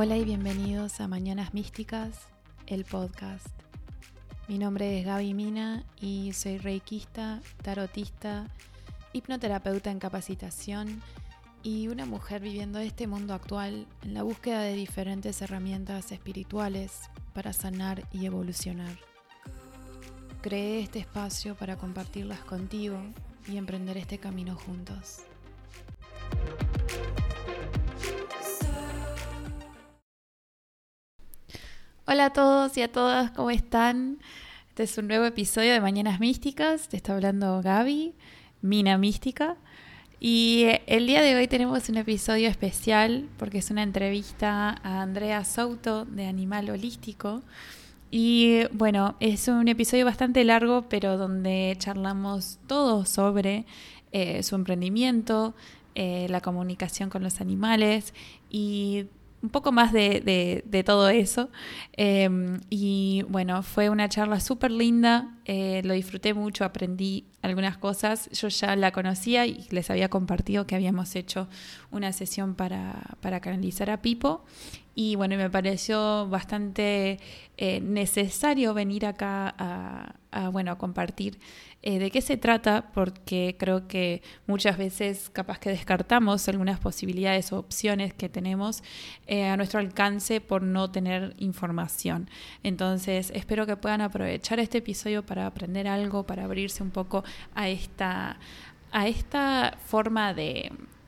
Hola y bienvenidos a Mañanas Místicas, el podcast. Mi nombre es Gaby Mina y soy reikista, tarotista, hipnoterapeuta en capacitación y una mujer viviendo este mundo actual en la búsqueda de diferentes herramientas espirituales para sanar y evolucionar. Creé este espacio para compartirlas contigo y emprender este camino juntos. Hola a todos y a todas, ¿cómo están? Este es un nuevo episodio de Mañanas Místicas. Te está hablando Gaby, Mina Mística. Y el día de hoy tenemos un episodio especial porque es una entrevista a Andrea Souto de Animal Holístico. Y bueno, es un episodio bastante largo, pero donde charlamos todo sobre su emprendimiento, la comunicación con los animales y un poco más de todo eso. Y bueno, fue una charla súper linda, lo disfruté mucho, aprendí algunas cosas. Yo ya la conocía y les había compartido que habíamos hecho una sesión para canalizar a Pipo. Y bueno, me pareció bastante necesario venir acá a compartir de qué se trata, porque creo que muchas veces capaz que descartamos algunas posibilidades o opciones que tenemos a nuestro alcance por no tener información. Entonces espero que puedan aprovechar este episodio para aprender algo, para abrirse un poco a esta forma de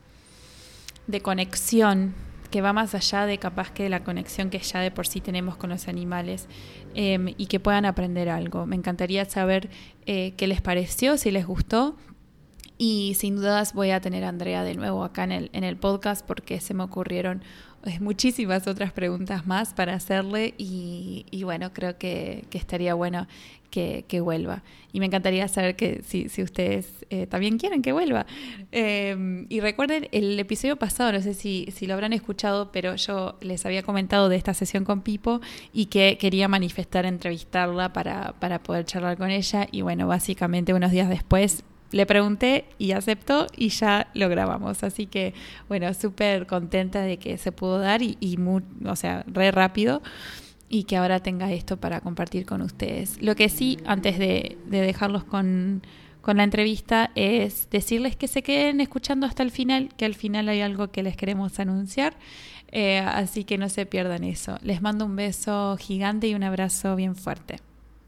conexión que va más allá de capaz que de la conexión que ya de por sí tenemos con los animales, y que puedan aprender algo. Me encantaría saber qué les pareció, si les gustó, y sin dudas voy a tener a Andrea de nuevo acá en el podcast porque se me ocurrieron muchísimas otras preguntas más para hacerle y bueno, creo que estaría bueno que vuelva. Y me encantaría saber que si ustedes también quieren que vuelva. Y recuerden, el episodio pasado, no sé si lo habrán escuchado, pero yo les había comentado de esta sesión con Pipo y que quería manifestar entrevistarla para poder charlar con ella. Y bueno, básicamente unos días después le pregunté y aceptó y ya lo grabamos. Así que, bueno, súper contenta de que se pudo dar re rápido y que ahora tenga esto para compartir con ustedes. Lo que sí, antes de dejarlos con la entrevista, es decirles que se queden escuchando hasta el final, que al final hay algo que les queremos anunciar. Así que no se pierdan eso. Les mando un beso gigante y un abrazo bien fuerte.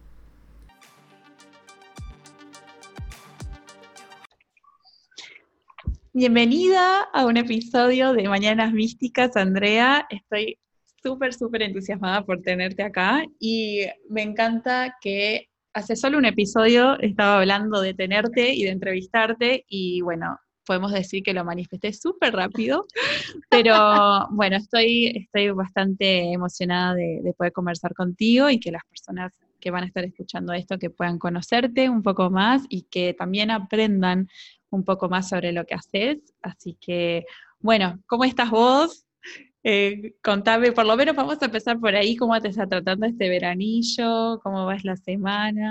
Bienvenida a un episodio de Mañanas Místicas, Andrea. Estoy súper entusiasmada por tenerte acá y me encanta que hace solo un episodio estaba hablando de tenerte y de entrevistarte y bueno, podemos decir que lo manifesté súper rápido, pero bueno, estoy bastante emocionada de poder conversar contigo y que las personas que van a estar escuchando esto que puedan conocerte un poco más y que también aprendan un poco más sobre lo que haces. Así que, bueno, ¿cómo estás vos? Contame, por lo menos vamos a empezar por ahí, ¿cómo te está tratando este veranillo? ¿Cómo va la semana?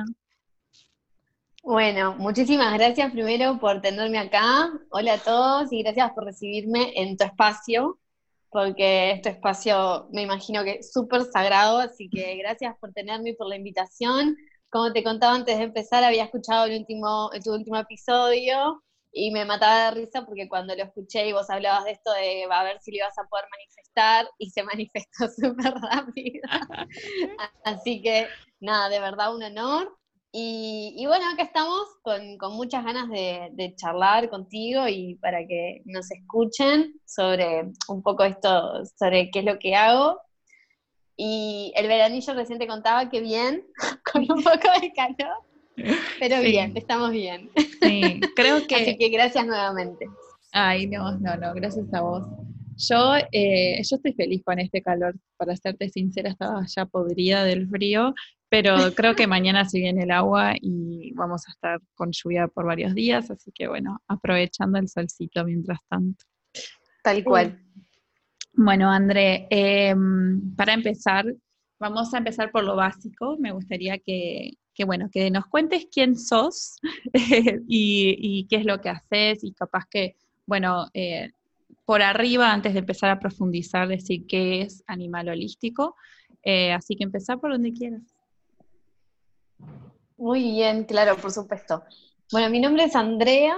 Bueno, muchísimas gracias primero por tenerme acá. Hola a todos y gracias por recibirme en tu espacio, porque este espacio me imagino que es súper sagrado, así que gracias por tenerme y por la invitación. Como te contaba antes de empezar, había escuchado tu último episodio y me mataba de risa porque cuando lo escuché y vos hablabas de esto de a ver si lo ibas a poder manifestar y se manifestó súper rápido. Así que nada, de verdad un honor. Y bueno, acá estamos con muchas ganas de charlar contigo y para que nos escuchen sobre un poco esto, sobre qué es lo que hago. Y el veranillo recién te contaba que bien, con un poco de calor, pero bien, Sí, estamos bien. sí, creo Así que que gracias nuevamente. ay, no, gracias a vos. Yo estoy feliz con este calor, para serte sincera, estaba ya podrida del frío, pero creo que mañana se viene el agua y vamos a estar con lluvia por varios días, así que bueno, aprovechando el solcito mientras tanto. Tal Eh, cual. bueno, André, para empezar, vamos a empezar por lo básico. Me gustaría bueno, que nos cuentes quién sos y qué es lo que haces y capaz que, bueno, por arriba, antes de empezar a profundizar, decir qué es animal holístico. Así que empezá por donde quieras. Muy bien, claro, por supuesto. Bueno, mi nombre es Andrea,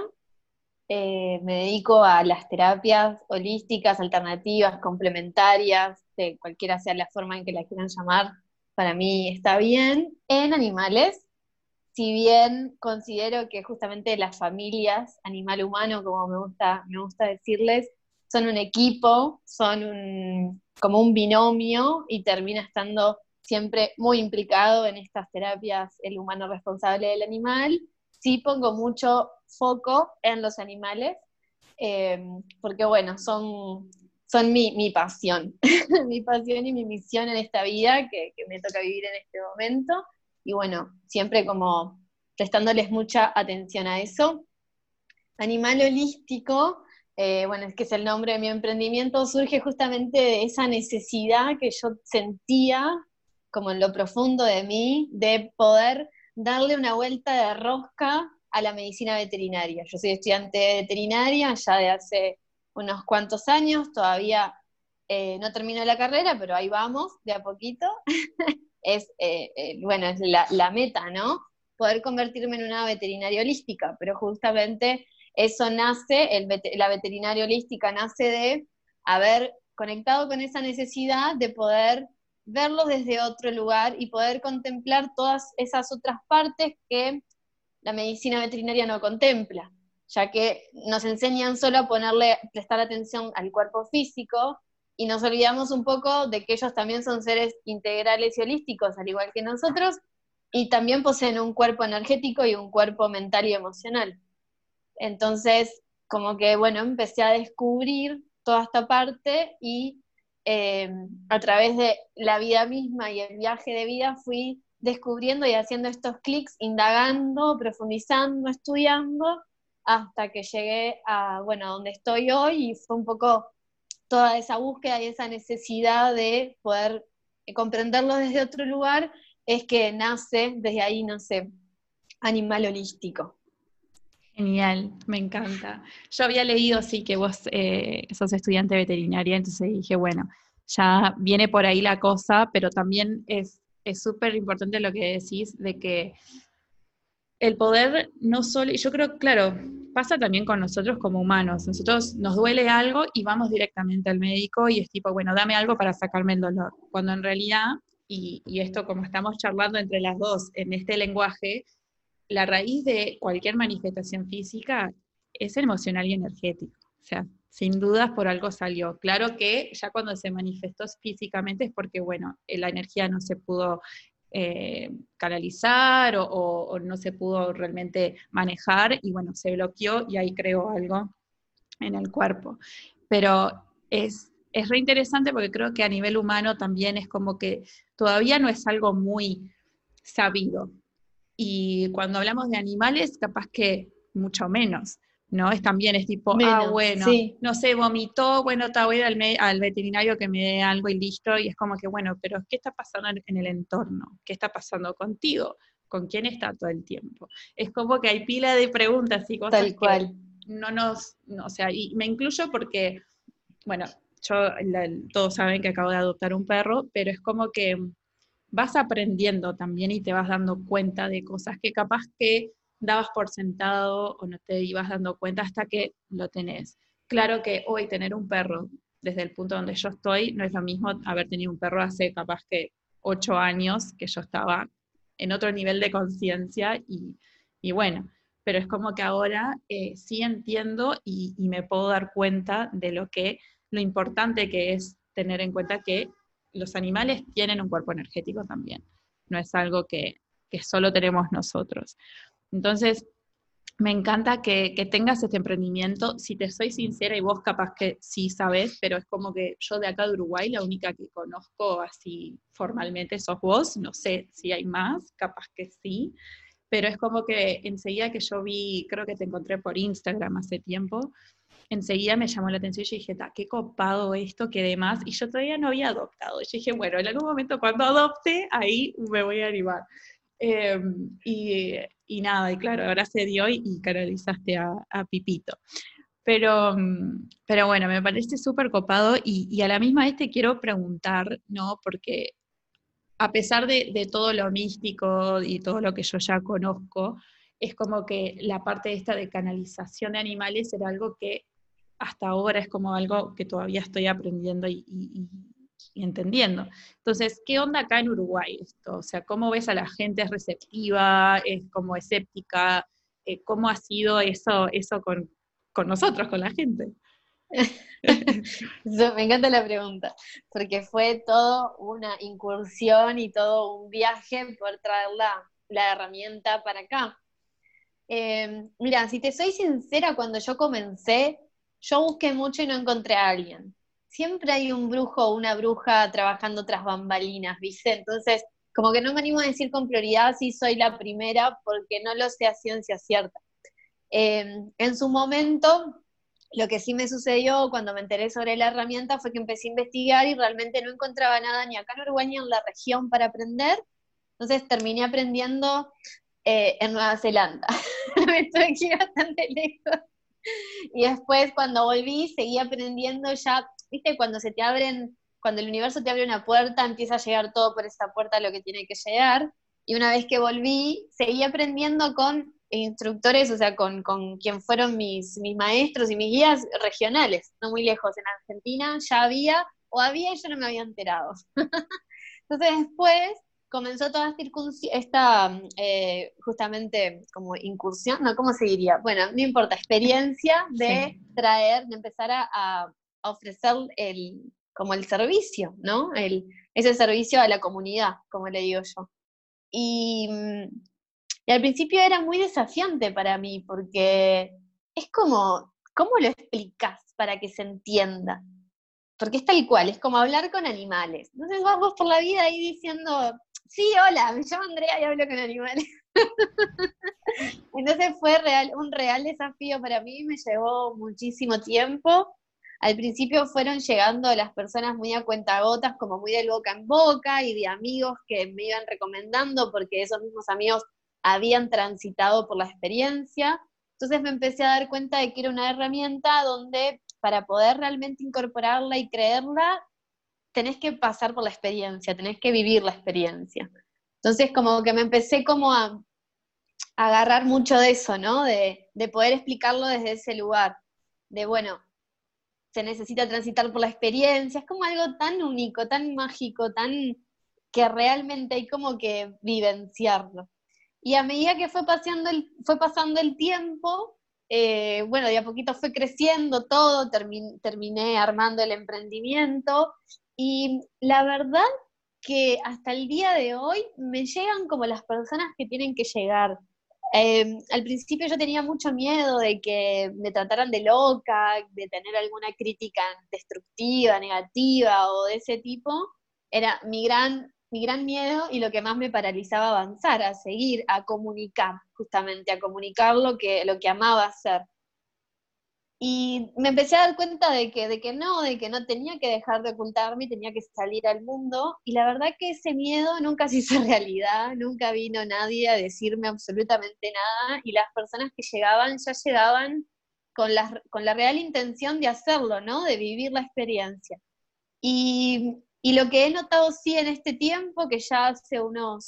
me dedico a las terapias holísticas, alternativas, complementarias, de cualquiera sea la forma en que la quieran llamar, para mí está bien, en animales, si bien considero que justamente las familias animal-humano, como me gusta decirles, son un equipo, como un binomio y termina estando siempre muy implicado en estas terapias el humano responsable del animal. Sí pongo mucho foco en los animales, porque bueno, son mi pasión, mi pasión y mi misión en esta vida que me toca vivir en este momento. Y bueno, siempre como prestándoles mucha atención a eso. Animal holístico, bueno, es que es el nombre de mi emprendimiento, surge justamente de esa necesidad que yo sentía, como en lo profundo de mí, de poder darle una vuelta de rosca a la medicina veterinaria. Yo soy estudiante de veterinaria ya de hace unos cuantos años, todavía no termino la carrera, pero ahí vamos, de a poquito. Bueno, es la meta, ¿no? Poder convertirme en una veterinaria holística, pero justamente eso nace, la veterinaria holística nace de haber conectado con esa necesidad de poder verlo desde otro lugar y poder contemplar todas esas otras partes que la medicina veterinaria no contempla, ya que nos enseñan solo a prestar atención al cuerpo físico, y nos olvidamos un poco de que ellos también son seres integrales y holísticos, al igual que nosotros, y también poseen un cuerpo energético y un cuerpo mental y emocional. Entonces, como que, bueno, empecé a descubrir toda esta parte y a través de la vida misma y el viaje de vida fui descubriendo y haciendo estos clics, indagando, profundizando, estudiando, hasta que llegué a, bueno, donde estoy hoy, y fue un poco toda esa búsqueda y esa necesidad de poder comprenderlo desde otro lugar, es que desde ahí nace Animal Holístico. Genial, me encanta. Yo había leído, sí, que vos sos estudiante de veterinaria, entonces dije, bueno, ya viene por ahí la cosa, pero también es súper importante lo que decís de que el poder no solo, y yo creo, claro, pasa también con nosotros como humanos. Nosotros nos duele algo y vamos directamente al médico y es tipo, bueno, dame algo para sacarme el dolor. Cuando en realidad, y esto como estamos charlando entre las dos en este lenguaje, la raíz de cualquier manifestación física es emocional y energético. O sea, sin dudas por algo salió. Claro que ya cuando se manifestó físicamente es porque, bueno, la energía no se pudo canalizar o no se pudo realmente manejar y, bueno, se bloqueó y ahí creó algo en el cuerpo. Pero es re interesante porque creo que a nivel humano también es como que todavía no es algo muy sabido. Y cuando hablamos de animales, capaz que mucho menos, ¿no? También es tipo, bueno, sí. no sé, vomitó, bueno, voy al veterinario que me dé algo y listo, y es como que, bueno, pero ¿qué está pasando en el entorno? ¿Qué está pasando contigo? ¿Con quién está todo el tiempo? Es como que hay pila de preguntas y cosas Tal cual. que o sea, y me incluyo porque, bueno, todos saben que acabo de adoptar un perro, pero es como que vas aprendiendo también y te vas dando cuenta de cosas que capaz que dabas por sentado o no te ibas dando cuenta hasta que lo tenés. Claro que hoy tener un perro desde el punto donde yo estoy no es lo mismo haber tenido un perro hace capaz que 8 años, que yo estaba en otro nivel de conciencia y bueno, pero es como que ahora sí entiendo y me puedo dar cuenta de lo importante que es tener en cuenta que los animales tienen un cuerpo energético también, no es algo que solo tenemos nosotros. Entonces, me encanta que tengas este emprendimiento. Si te soy sincera, y vos capaz que sí sabés, pero es como que yo de acá de Uruguay, la única que conozco así formalmente sos vos, no sé si hay más, capaz que sí, pero es como que enseguida que yo vi, creo que te encontré por Instagram hace tiempo, enseguida me llamó la atención y yo dije, qué copado esto, que demás, y yo todavía no había adoptado. Yo dije, bueno, en algún momento cuando adopte, ahí me voy a animar. Eh, y nada, y claro, ahora se dio y canalizaste a Pipito. Pero bueno, me parece súper copado y a la misma vez te quiero preguntar, ¿no? Porque a pesar de todo lo místico y todo lo que yo ya conozco, es como que la parte esta de canalización de animales era algo que hasta ahora es como algo que todavía estoy aprendiendo y entendiendo. Entonces, ¿qué onda acá en Uruguay esto? O sea, ¿cómo ves a la gente? ¿Es receptiva? ¿Es como escéptica? ¿Cómo ha sido eso con nosotros, con la gente? Me encanta la pregunta, porque fue todo una incursión y todo un viaje poder traer la herramienta para acá. Mira, si te soy sincera, cuando yo comencé, yo busqué mucho y no encontré a alguien. Siempre hay un brujo o una bruja trabajando tras bambalinas, ¿viste? Entonces, como que no me animo a decir con prioridad si soy la primera, porque no lo sé a ciencia cierta. En su momento, lo que sí me sucedió cuando me enteré sobre la herramienta fue que empecé a investigar y realmente no encontraba nada ni acá en Uruguay ni en la región para aprender. Entonces terminé aprendiendo en Nueva Zelanda. Me tuve que ir bastante lejos. Y después cuando volví seguí aprendiendo ya, viste, cuando el universo te abre una puerta, empieza a llegar todo por esa puerta lo que tiene que llegar. Y una vez que volví, seguí aprendiendo con instructores, o sea, con quien fueron mis maestros y mis guías regionales, no muy lejos. En Argentina ya había y yo no me había enterado. Entonces después comenzó toda justamente como incursión, ¿no? ¿Cómo se diría? Bueno, no importa, experiencia de Sí. de empezar a ofrecer como el servicio, ¿no? Ese servicio a la comunidad, como le digo yo. Y, y al principio era muy desafiante para mí, porque es como, ¿cómo lo explicas para que se entienda? Porque es tal cual, es como hablar con animales. Entonces vas vos por la vida ahí diciendo, sí, hola, me llamo Andrea y hablo con animales. Entonces fue un real desafío para mí, me llevó muchísimo tiempo. Al principio fueron llegando las personas muy a cuentagotas, como muy de boca en boca, y de amigos que me iban recomendando porque esos mismos amigos habían transitado por la experiencia. Entonces me empecé a dar cuenta de que era una herramienta donde para poder realmente incorporarla y creerla, tenés que pasar por la experiencia, tenés que vivir la experiencia. Entonces como que me empecé como a agarrar mucho de eso, ¿no? De poder explicarlo desde ese lugar, de bueno, se necesita transitar por la experiencia, es como algo tan único, tan mágico, tan que realmente hay como que vivenciarlo. Y a medida que fue pasando el tiempo, bueno, de a poquito fue creciendo todo, terminé armando el emprendimiento y la verdad que hasta el día de hoy me llegan como las personas que tienen que llegar. Al principio yo tenía mucho miedo de que me trataran de loca, de tener alguna crítica destructiva, negativa o de ese tipo. Era mi gran miedo y lo que más me paralizaba avanzar, a seguir, a comunicar, justamente, a comunicar lo que amaba hacer. Y me empecé a dar cuenta de que no tenía que dejar de ocultarme, tenía que salir al mundo. Y la verdad que ese miedo nunca se hizo realidad, nunca vino nadie a decirme absolutamente nada. Y las personas que llegaban ya llegaban con la real intención de hacerlo, ¿no? De vivir la experiencia. Y lo que he notado sí en este tiempo, que ya hace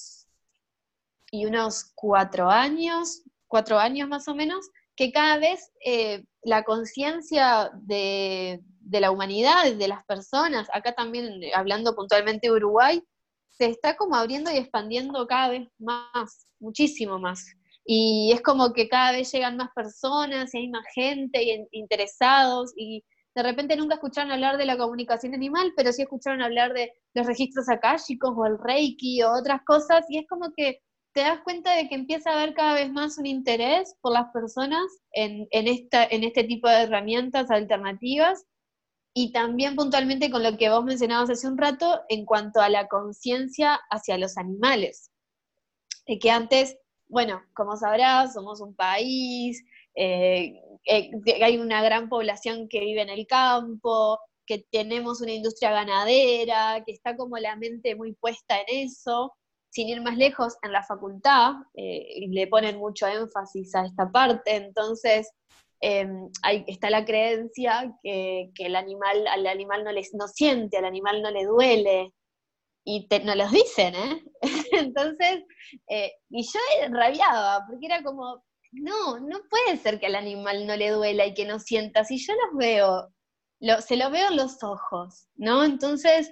unos 4 años más o menos, que cada vez la conciencia de la humanidad, de las personas, acá también hablando puntualmente de Uruguay, se está como abriendo y expandiendo cada vez más, muchísimo más. Y es como que cada vez llegan más personas y hay más gente interesados y de repente nunca escucharon hablar de la comunicación animal, pero sí escucharon hablar de los registros akáshicos o el Reiki o otras cosas y es como que te das cuenta de que empieza a haber cada vez más un interés por las personas en este tipo de herramientas alternativas y también puntualmente con lo que vos mencionabas hace un rato en cuanto a la conciencia hacia los animales. Que antes, bueno, como sabrás, somos un país, hay una gran población que vive en el campo, que tenemos una industria ganadera, que está como la mente muy puesta en eso. Sin ir más lejos, en la facultad le ponen mucho énfasis a esta parte, entonces está la creencia que al animal no siente, al animal no le duele, y nos los dicen, ¿eh? Entonces, y yo rabiaba, porque era como, no puede ser que al animal no le duela y que no sienta, si yo los veo, se lo veo en los ojos, ¿no? Entonces,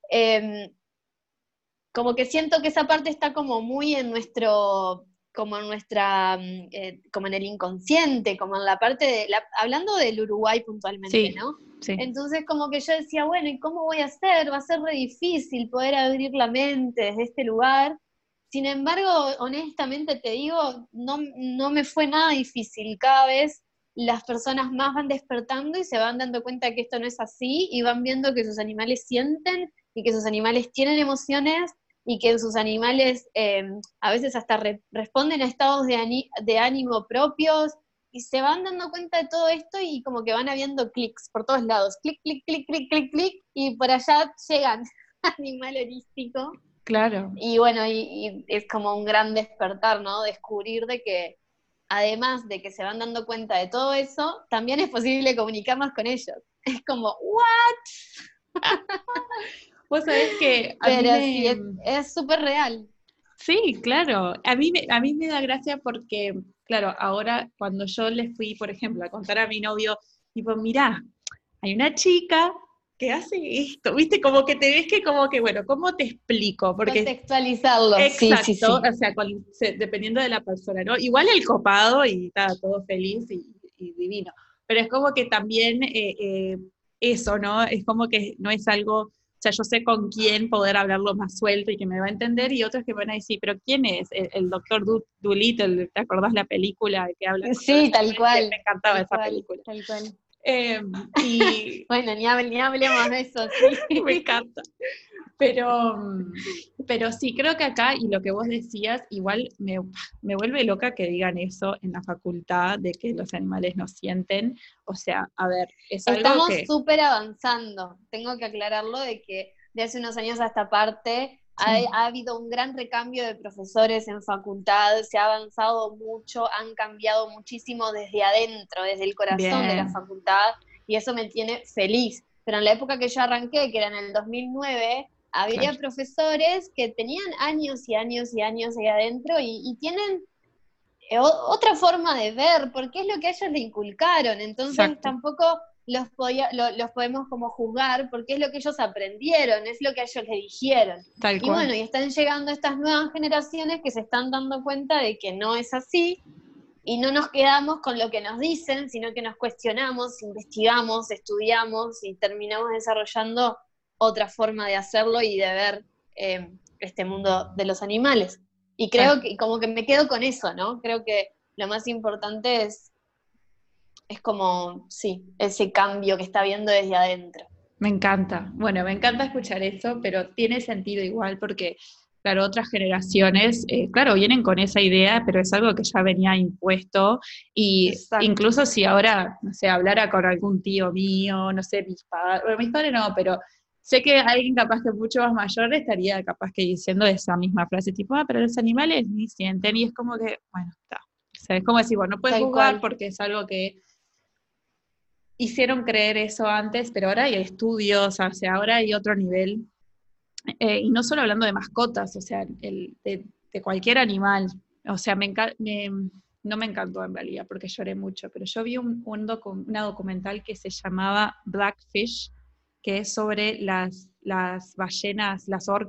como que siento que esa parte está como muy en como en el inconsciente, como en la parte hablando del Uruguay puntualmente, Sí, ¿no? sí. Entonces como que yo decía, bueno, ¿y cómo voy a hacer? Va a ser re difícil poder abrir la mente desde este lugar. Sin embargo, honestamente te digo, no me fue nada difícil. Cada vez las personas más van despertando y se van dando cuenta que esto no es así y van viendo que sus animales sienten y que sus animales tienen emociones y que sus animales a veces hasta responden a estados de ánimo propios y se van dando cuenta de todo esto y como que van habiendo clics por todos lados, clic, clic, clic, clic, clic, clic, y por allá llegan animal holístico. Claro. Y bueno, y es como un gran despertar, ¿no? Descubrir de que además de que se van dando cuenta de todo eso, también es posible comunicarnos con ellos. Es como, ¿what? Vos sabés que a mí Pero me... sí, es súper real. Sí, claro. A mí me da gracia porque, claro, ahora cuando yo le fui, por ejemplo, a contar a mi novio, tipo, mirá, hay una chica que hace esto, ¿viste? Como que te ves que como que, bueno, ¿cómo te explico? Porque, Contextualizarlo, sí, sí, exacto, sí. o sea, dependiendo de la persona, ¿no? Igual el copado y está todo feliz y divino, pero es como que también eso, ¿no? Es como que no es algo, o sea, yo sé con quién poder hablarlo más suelto y que me va a entender, y otros que van a decir, pero ¿quién es? El doctor Dolittle, ¿te acordás la película que habla con todos Sí, los animales? Me encantaba tal esa cual, película. tal cual. Y Bueno, ni hablemos de eso, sí. me encanta. Pero, pero sí, creo que acá, y lo que vos decías, igual me vuelve loca que digan eso en la facultad, de que los animales no sienten. O sea, a ver, es algo Estamos que... súper avanzando. Tengo que aclararlo de que de hace unos años a esta parte Sí, ha habido un gran recambio de profesores en facultad, se ha avanzado mucho, han cambiado muchísimo desde adentro, desde el corazón de la bien, facultad, y eso me tiene feliz. Pero en la época que yo arranqué, que era en el 2009, había claro, profesores que tenían años y años y años ahí adentro y tienen otra forma de ver, porque es lo que a ellos le inculcaron, entonces exacto, tampoco los podemos como juzgar, porque es lo que ellos aprendieron, es lo que a ellos le dijeron. tal Y cual. bueno, y están llegando estas nuevas generaciones que se están dando cuenta de que no es así, y no nos quedamos con lo que nos dicen, sino que nos cuestionamos, investigamos, estudiamos y terminamos desarrollando otra forma de hacerlo y de ver este mundo de los animales. Y creo Tal- que como que me quedo con eso, ¿no? Creo que lo más importante es como, sí, ese cambio que está viendo desde adentro. Me encanta. Bueno, me encanta escuchar eso, pero tiene sentido igual porque, claro, otras generaciones, claro, vienen con esa idea, pero es algo que ya venía impuesto. Y Exacto. incluso si ahora, no sé, hablara con algún tío mío, no sé, mis padres no, pero sé que alguien capaz que mucho más mayor estaría capaz que diciendo esa misma frase, tipo, pero los animales ni sienten, y es como que, bueno, está. O sea, es como decir, bueno, no puedes Tal juzgar cual. porque es algo que hicieron creer eso antes, pero ahora hay estudios, o sea, ahora hay otro nivel. Y no solo hablando de mascotas, o sea, de cualquier animal. O sea, no me encantó en realidad porque lloré mucho, pero yo vi una documental que se llamaba Blackfish, que es sobre las ballenas,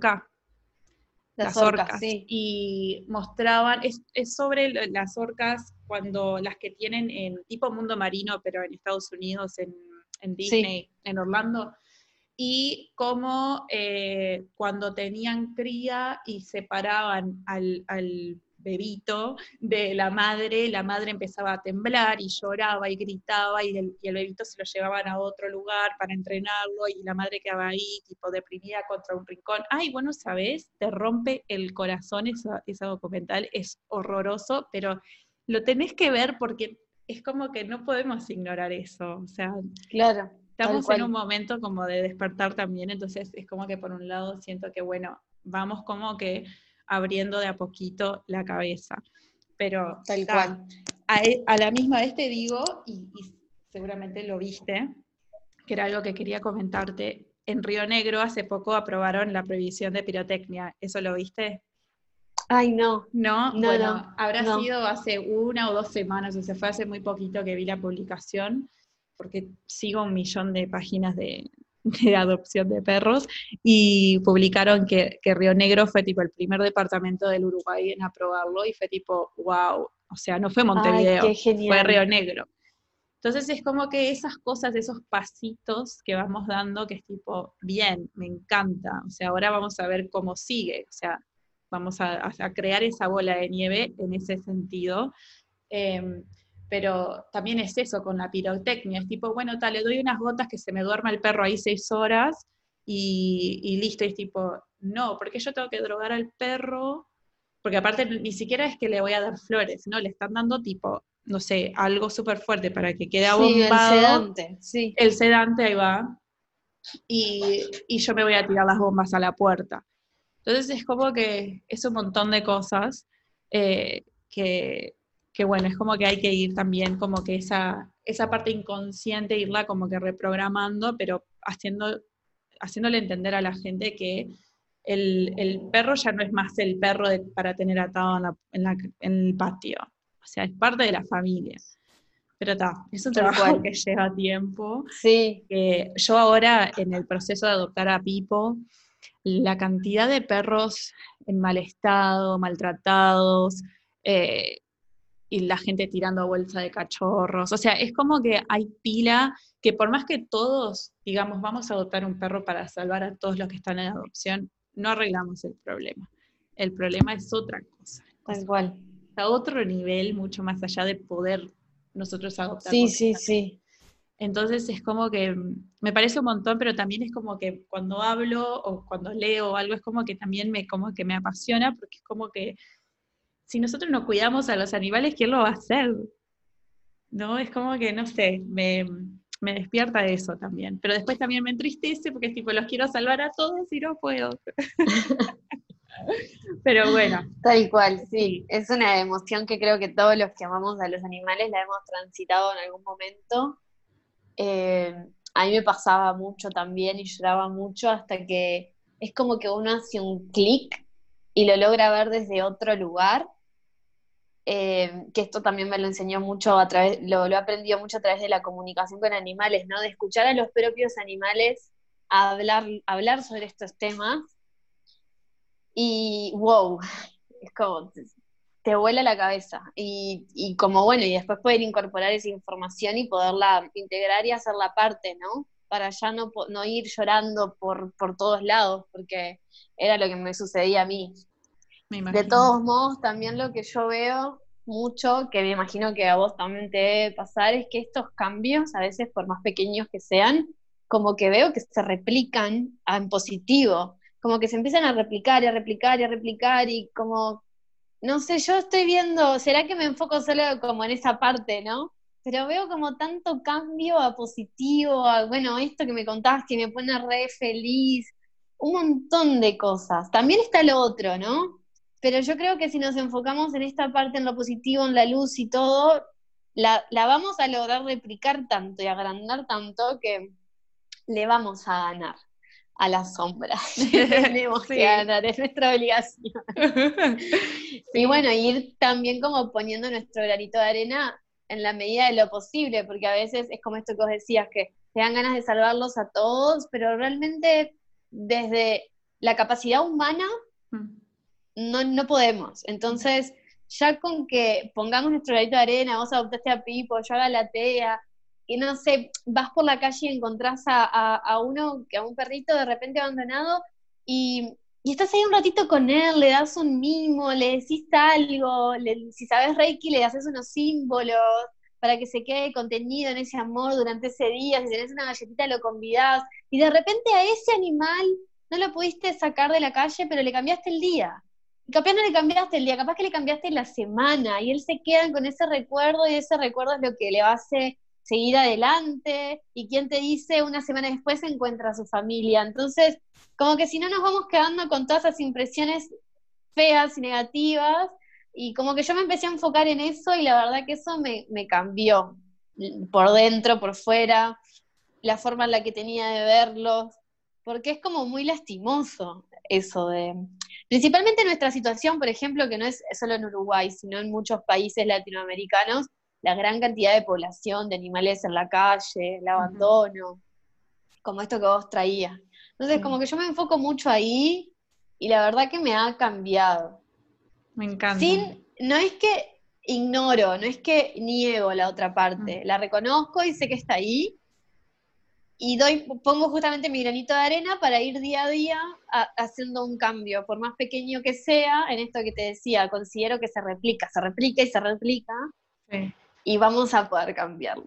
Las las orcas, orcas, sí. y mostraban, es sobre las orcas cuando las que tienen en tipo mundo marino, pero en Estados Unidos, en Sí. Disney, en Orlando, y cómo cuando tenían cría y separaban al bebito de la madre empezaba a temblar y lloraba y gritaba y el bebito se lo llevaban a otro lugar para entrenarlo y la madre quedaba ahí tipo deprimida contra un rincón. Ay, bueno, ¿sabes? Te rompe el corazón esa documental, es horroroso, pero lo tenés que ver porque es como que no podemos ignorar eso, o sea, Claro, tal estamos en un cual. momento como de despertar también, entonces es como que por un lado siento que, bueno, vamos como que abriendo de a poquito la cabeza. Pero Tal cual. a la misma vez te digo, y seguramente lo viste, que era algo que quería comentarte, en Río Negro hace poco aprobaron la prohibición de pirotecnia, ¿eso lo viste? Ay, no, No, no, bueno, no, habrá no. sido hace 1 o 2 semanas, o sea, fue hace muy poquito que vi la publicación, porque sigo 1 millón de páginas de adopción de perros, y publicaron que Río Negro fue tipo el primer departamento del Uruguay en aprobarlo, y fue tipo, wow, o sea, no fue Ay, Montevideo, qué fue Río genial. Negro. Entonces es como que esas cosas, esos pasitos que vamos dando, que es tipo, bien, me encanta, o sea, ahora vamos a ver cómo sigue, o sea, vamos a crear esa bola de nieve en ese sentido. Eh, pero también es eso con la pirotecnia, es tipo, bueno, tal, le doy unas gotas que se me duerma el perro ahí 6 horas y listo, y es tipo, no, porque yo tengo que drogar al perro, porque aparte ni siquiera es que le voy a dar flores, no, le están dando tipo, no sé, algo súper fuerte para que quede Sí, el abombado, sedante, sí. el sedante ahí va, y yo me voy a tirar las bombas a la puerta. Entonces es como que es un montón de cosas eh, que, que, bueno, es como que hay que ir también como que esa parte inconsciente, irla como que reprogramando, pero haciéndole entender a la gente que el perro ya no es más el perro para tener atado en el patio. O sea, es parte de la familia. Pero está, es un Tal trabajo cual. que lleva tiempo. Sí. Yo ahora, en el proceso de adoptar a Pipo, la cantidad de perros en mal estado, maltratados, eh, y la gente tirando bolsa de cachorros. O sea, es como que hay pila que por más que todos, digamos, vamos a adoptar un perro para salvar a todos los que están en adopción, no arreglamos el problema. El problema es otra cosa. O Tal sea, cual. a otro nivel, mucho más allá de poder nosotros adoptar Sí, sí, correctamente. sí. Entonces es como que me parece un montón, pero también es como que cuando hablo o cuando leo algo es como que también como que me apasiona, porque es como que si nosotros no cuidamos a los animales, ¿quién lo va a hacer? ¿No? Es como que, no sé, me despierta eso también. Pero después también me entristece porque es tipo, los quiero salvar a todos y no puedo. Pero bueno, Tal cual, sí. sí. Es una emoción que creo que todos los que amamos a los animales la hemos transitado en algún momento. Eh, a mí me pasaba mucho también y lloraba mucho hasta que es como que uno hace un clic y lo logra ver desde otro lugar. Que esto también me lo enseñó mucho a través, lo he aprendido mucho a través de la comunicación con animales, ¿no? De escuchar a los propios animales hablar sobre estos temas y wow, es como te vuela la cabeza. Y como bueno, y después poder incorporar esa información y poderla integrar y hacerla parte, ¿no? Para ya no ir llorando por todos lados, porque era lo que me sucedía a mí. Me De imagino. todos modos, también lo que yo veo mucho, que me imagino que a vos también te debe pasar, es que estos cambios, a veces por más pequeños que sean, como que veo que se replican en positivo, como que se empiezan a replicar y a replicar y a replicar y como, no sé, yo estoy viendo, ¿será que me enfoco solo como en esa parte, no? Pero veo como tanto cambio a positivo, a, bueno, esto que me contabas que me pone re feliz, un montón de cosas. También está lo otro, ¿no? Pero yo creo que si nos enfocamos en esta parte, en lo positivo, en la luz y todo, la vamos a lograr replicar tanto y agrandar tanto que le vamos a ganar a las sombras. Tenemos que Sí. ganar, es nuestra obligación. Y Sí, bueno, ir también como poniendo nuestro granito de arena en la medida de lo posible, porque a veces es como esto que vos decías, que te dan ganas de salvarlos a todos, pero realmente desde la capacidad humana no podemos. Entonces, ya con que pongamos nuestro granito de arena, vos adoptaste a Pipo, yo haga la TEA, y no sé, vas por la calle y encontrás a uno, a un perrito de repente abandonado, y estás ahí un ratito con él, le das un mimo, le decís algo, si sabes Reiki, le haces unos símbolos para que se quede contenido en ese amor durante ese día, si tenés una galletita lo convidás, y de repente a ese animal no lo pudiste sacar de la calle, pero le cambiaste el día. Y capaz no le cambiaste el día, capaz que le cambiaste la semana, y él se queda con ese recuerdo, y ese recuerdo es lo que le hace seguir adelante, y quien te dice una semana después se encuentra a su familia. Entonces, como que si no nos vamos quedando con todas esas impresiones feas y negativas, Y como que yo me empecé a enfocar en eso y la verdad que eso me cambió por dentro, por fuera, la forma en la que tenía de verlos, porque es como muy lastimoso eso de... Principalmente nuestra situación, por ejemplo, que no es solo en Uruguay, sino en muchos países latinoamericanos, la gran cantidad de población de animales en la calle, el Ujú. abandono, como esto que vos traías. Entonces, Sí, como que yo me enfoco mucho ahí y la verdad que me ha cambiado. me encanta. No es que ignoro, no es que niego la otra Mm. parte, la reconozco y sé que está ahí y pongo justamente mi granito de arena para ir día a día haciendo un cambio, por más pequeño que sea, en esto que te decía, considero que se replica y se replica Sí. y vamos a poder cambiarlo.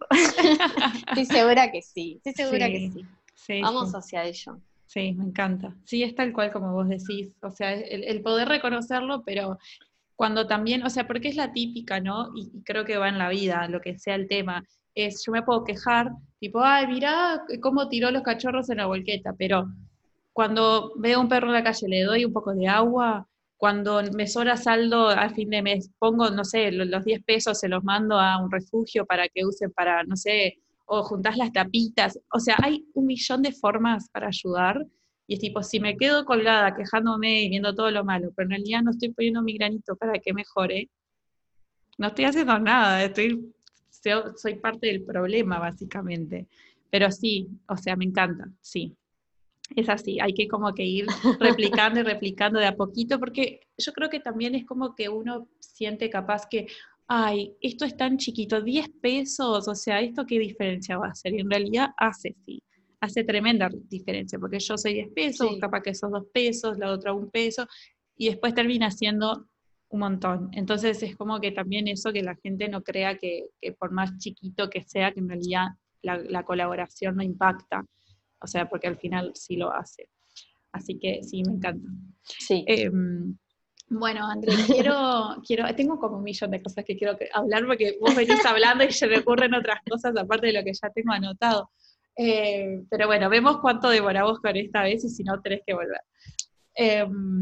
Estoy segura que Sí, sí. sí, Vamos sí, hacia ello. sí, me encanta. Sí, es tal cual como vos decís, o sea, el poder reconocerlo, pero cuando también, o sea, porque es la típica, ¿no? Y creo que va en la vida, lo que sea el tema, es yo me puedo quejar, tipo, ay, mirá cómo tiró los cachorros en la volqueta, pero cuando veo un perro en la calle le doy un poco de agua, cuando me sobra saldo al fin de mes, pongo, no sé, los 10 pesos se los mando a un refugio para que usen para, no sé, o juntás las tapitas, o sea, hay un millón de formas para ayudar, y es tipo, si me quedo colgada quejándome y viendo todo lo malo, pero en realidad no estoy poniendo mi granito para que mejore, no estoy haciendo nada, soy parte del problema, básicamente. Pero sí, o sea, me encanta, sí. Es así, hay que como que ir replicando y replicando de a poquito, porque yo creo que también es como que uno siente capaz que, ay, esto es tan chiquito, 10 pesos, o sea, ¿esto qué diferencia va a hacer? Y en realidad hace, sí, hace tremenda diferencia, porque yo soy 10 pesos, Sí. capaz que son 2 pesos, la otra 1 peso, y después termina siendo un montón. Entonces es como que también eso, que la gente no crea que por más chiquito que sea, que en realidad la colaboración no impacta, o sea, porque al final sí lo hace. Así que sí, me encanta. Sí. Eh, bueno, André, tengo como un millón de cosas que quiero hablar porque vos venís hablando y se me ocurren otras cosas aparte de lo que ya tengo anotado. Pero bueno, vemos cuánto demoramos con esta vez y si no, tenés que volver. Eh,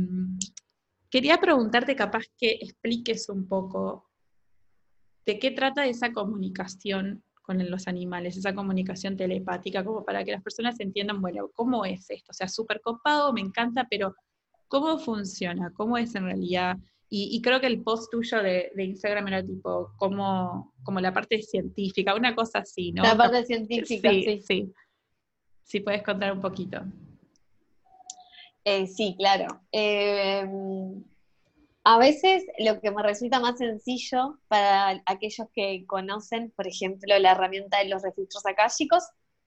Quería preguntarte capaz que expliques un poco de qué trata esa comunicación con los animales, esa comunicación telepática, como para que las personas entiendan, bueno, ¿cómo es esto? O sea, súper copado, me encanta, pero ¿cómo funciona? ¿Cómo es en realidad? Y creo que el post tuyo de Instagram era tipo, como la parte científica, una cosa así, La ¿no? parte científica, Sí, sí. sí, sí puedes contar un poquito. Sí, claro. A veces lo que me resulta más sencillo para aquellos que conocen, por ejemplo, la herramienta de los registros akáshicos.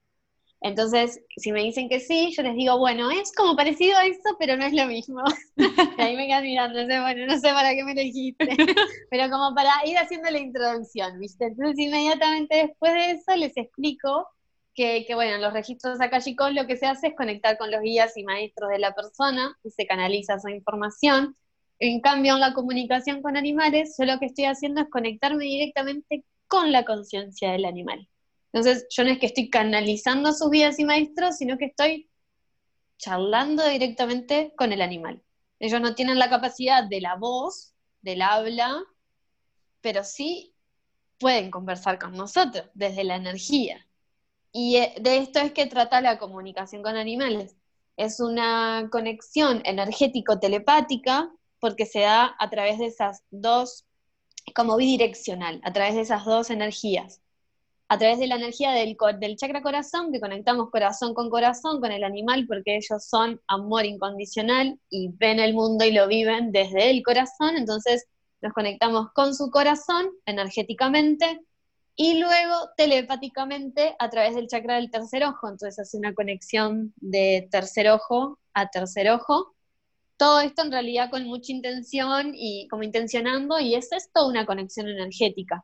Entonces, si me dicen que sí, yo les digo, bueno, es como parecido a eso, pero no es lo mismo. Y ahí me quedan mirando, bueno, no sé para qué me elegiste, pero como para ir haciendo la introducción, ¿viste? Entonces, inmediatamente después de eso les explico bueno, en los registros akáshicos lo que se hace es conectar con los guías y maestros de la persona y se canaliza esa información. En cambio, en la comunicación con animales, yo lo que estoy haciendo es conectarme directamente con la conciencia del animal. Entonces, yo no es que estoy canalizando a sus guías y maestros, sino que estoy charlando directamente con el animal. Ellos no tienen la capacidad de la voz, del habla, pero sí pueden conversar con nosotros desde la energía. Y de esto es que trata la comunicación con animales. Es una conexión energético-telepática porque se da a través de esas dos, como bidireccional, a través de esas dos energías. A través de la energía del chakra corazón, que conectamos corazón con el animal, porque ellos son amor incondicional y ven el mundo y lo viven desde el corazón, entonces nos conectamos con su corazón energéticamente y luego telepáticamente a través del chakra del tercer ojo, entonces hace una conexión de tercer ojo a tercer ojo. Todo esto en realidad con mucha intención y como intencionando, y es esto una conexión energética.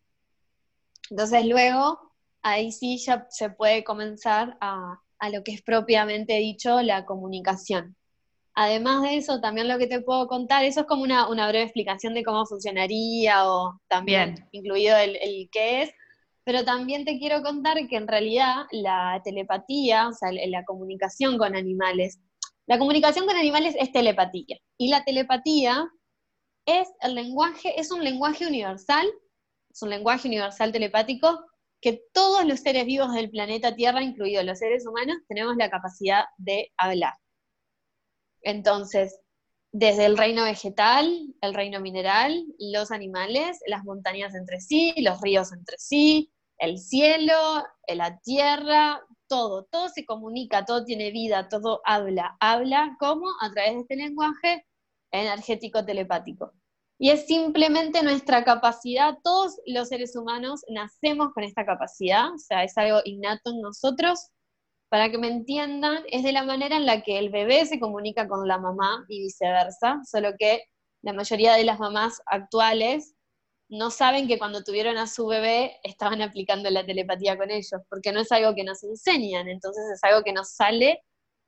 Entonces luego, ahí sí ya se puede comenzar a lo que es propiamente dicho la comunicación. Además de eso, también lo que te puedo contar, eso es como una breve explicación de cómo funcionaría o también Bien, incluido el qué es, pero también te quiero contar que en realidad la telepatía, o sea, la comunicación con animales es telepatía. Y la telepatía es un lenguaje universal, es un lenguaje universal telepático que todos los seres vivos del planeta Tierra, incluidos los seres humanos, tenemos la capacidad de hablar. Entonces, desde el reino vegetal, el reino mineral, los animales, las montañas entre sí, los ríos entre sí, el cielo, la tierra, todo se comunica, todo tiene vida, todo habla. ¿Habla cómo? A través de este lenguaje energético telepático. Y es simplemente nuestra capacidad, todos los seres humanos nacemos con esta capacidad, o sea, es algo innato en nosotros. Para que me entiendan, es de la manera en la que el bebé se comunica con la mamá y viceversa, solo que la mayoría de las mamás actuales no saben que cuando tuvieron a su bebé estaban aplicando la telepatía con ellos, porque no es algo que nos enseñan, entonces es algo que nos sale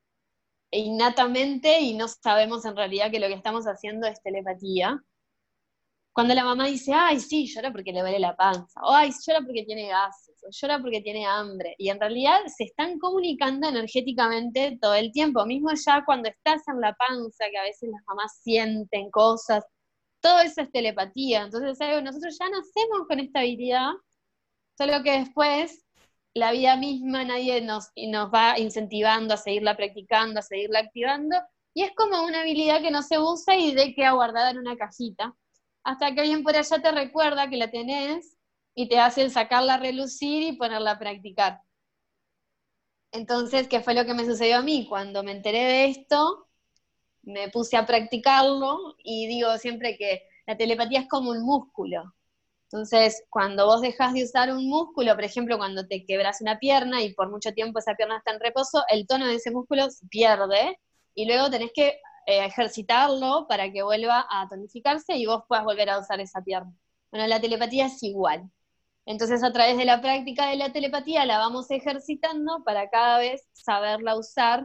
innatamente y no sabemos en realidad que lo que estamos haciendo es telepatía. Cuando la mamá dice, ay, sí, llora porque le duele la panza, o ay, llora porque tiene gases, o llora porque tiene hambre, y en realidad se están comunicando energéticamente todo el tiempo, mismo ya cuando estás en la panza, que a veces las mamás sienten cosas, todo eso es telepatía, entonces nosotros ya nacemos con esta habilidad, solo que después la vida misma nadie nos va incentivando a seguirla practicando, a seguirla activando, y es como una habilidad que no se usa y queda guardada en una cajita, hasta que alguien por allá te recuerda que la tenés y te hace sacarla a relucir y ponerla a practicar. Entonces, ¿qué fue lo que me sucedió a mí? Cuando me enteré de esto, me puse a practicarlo y digo siempre que la telepatía es como un músculo. Entonces, cuando vos dejas de usar un músculo, por ejemplo, cuando te quebras una pierna y por mucho tiempo esa pierna está en reposo, el tono de ese músculo se pierde y luego tenés que ejercitarlo para que vuelva a tonificarse y vos puedas volver a usar esa pierna. Bueno, la telepatía es igual. Entonces, a través de la práctica de la telepatía la vamos ejercitando para cada vez saberla usar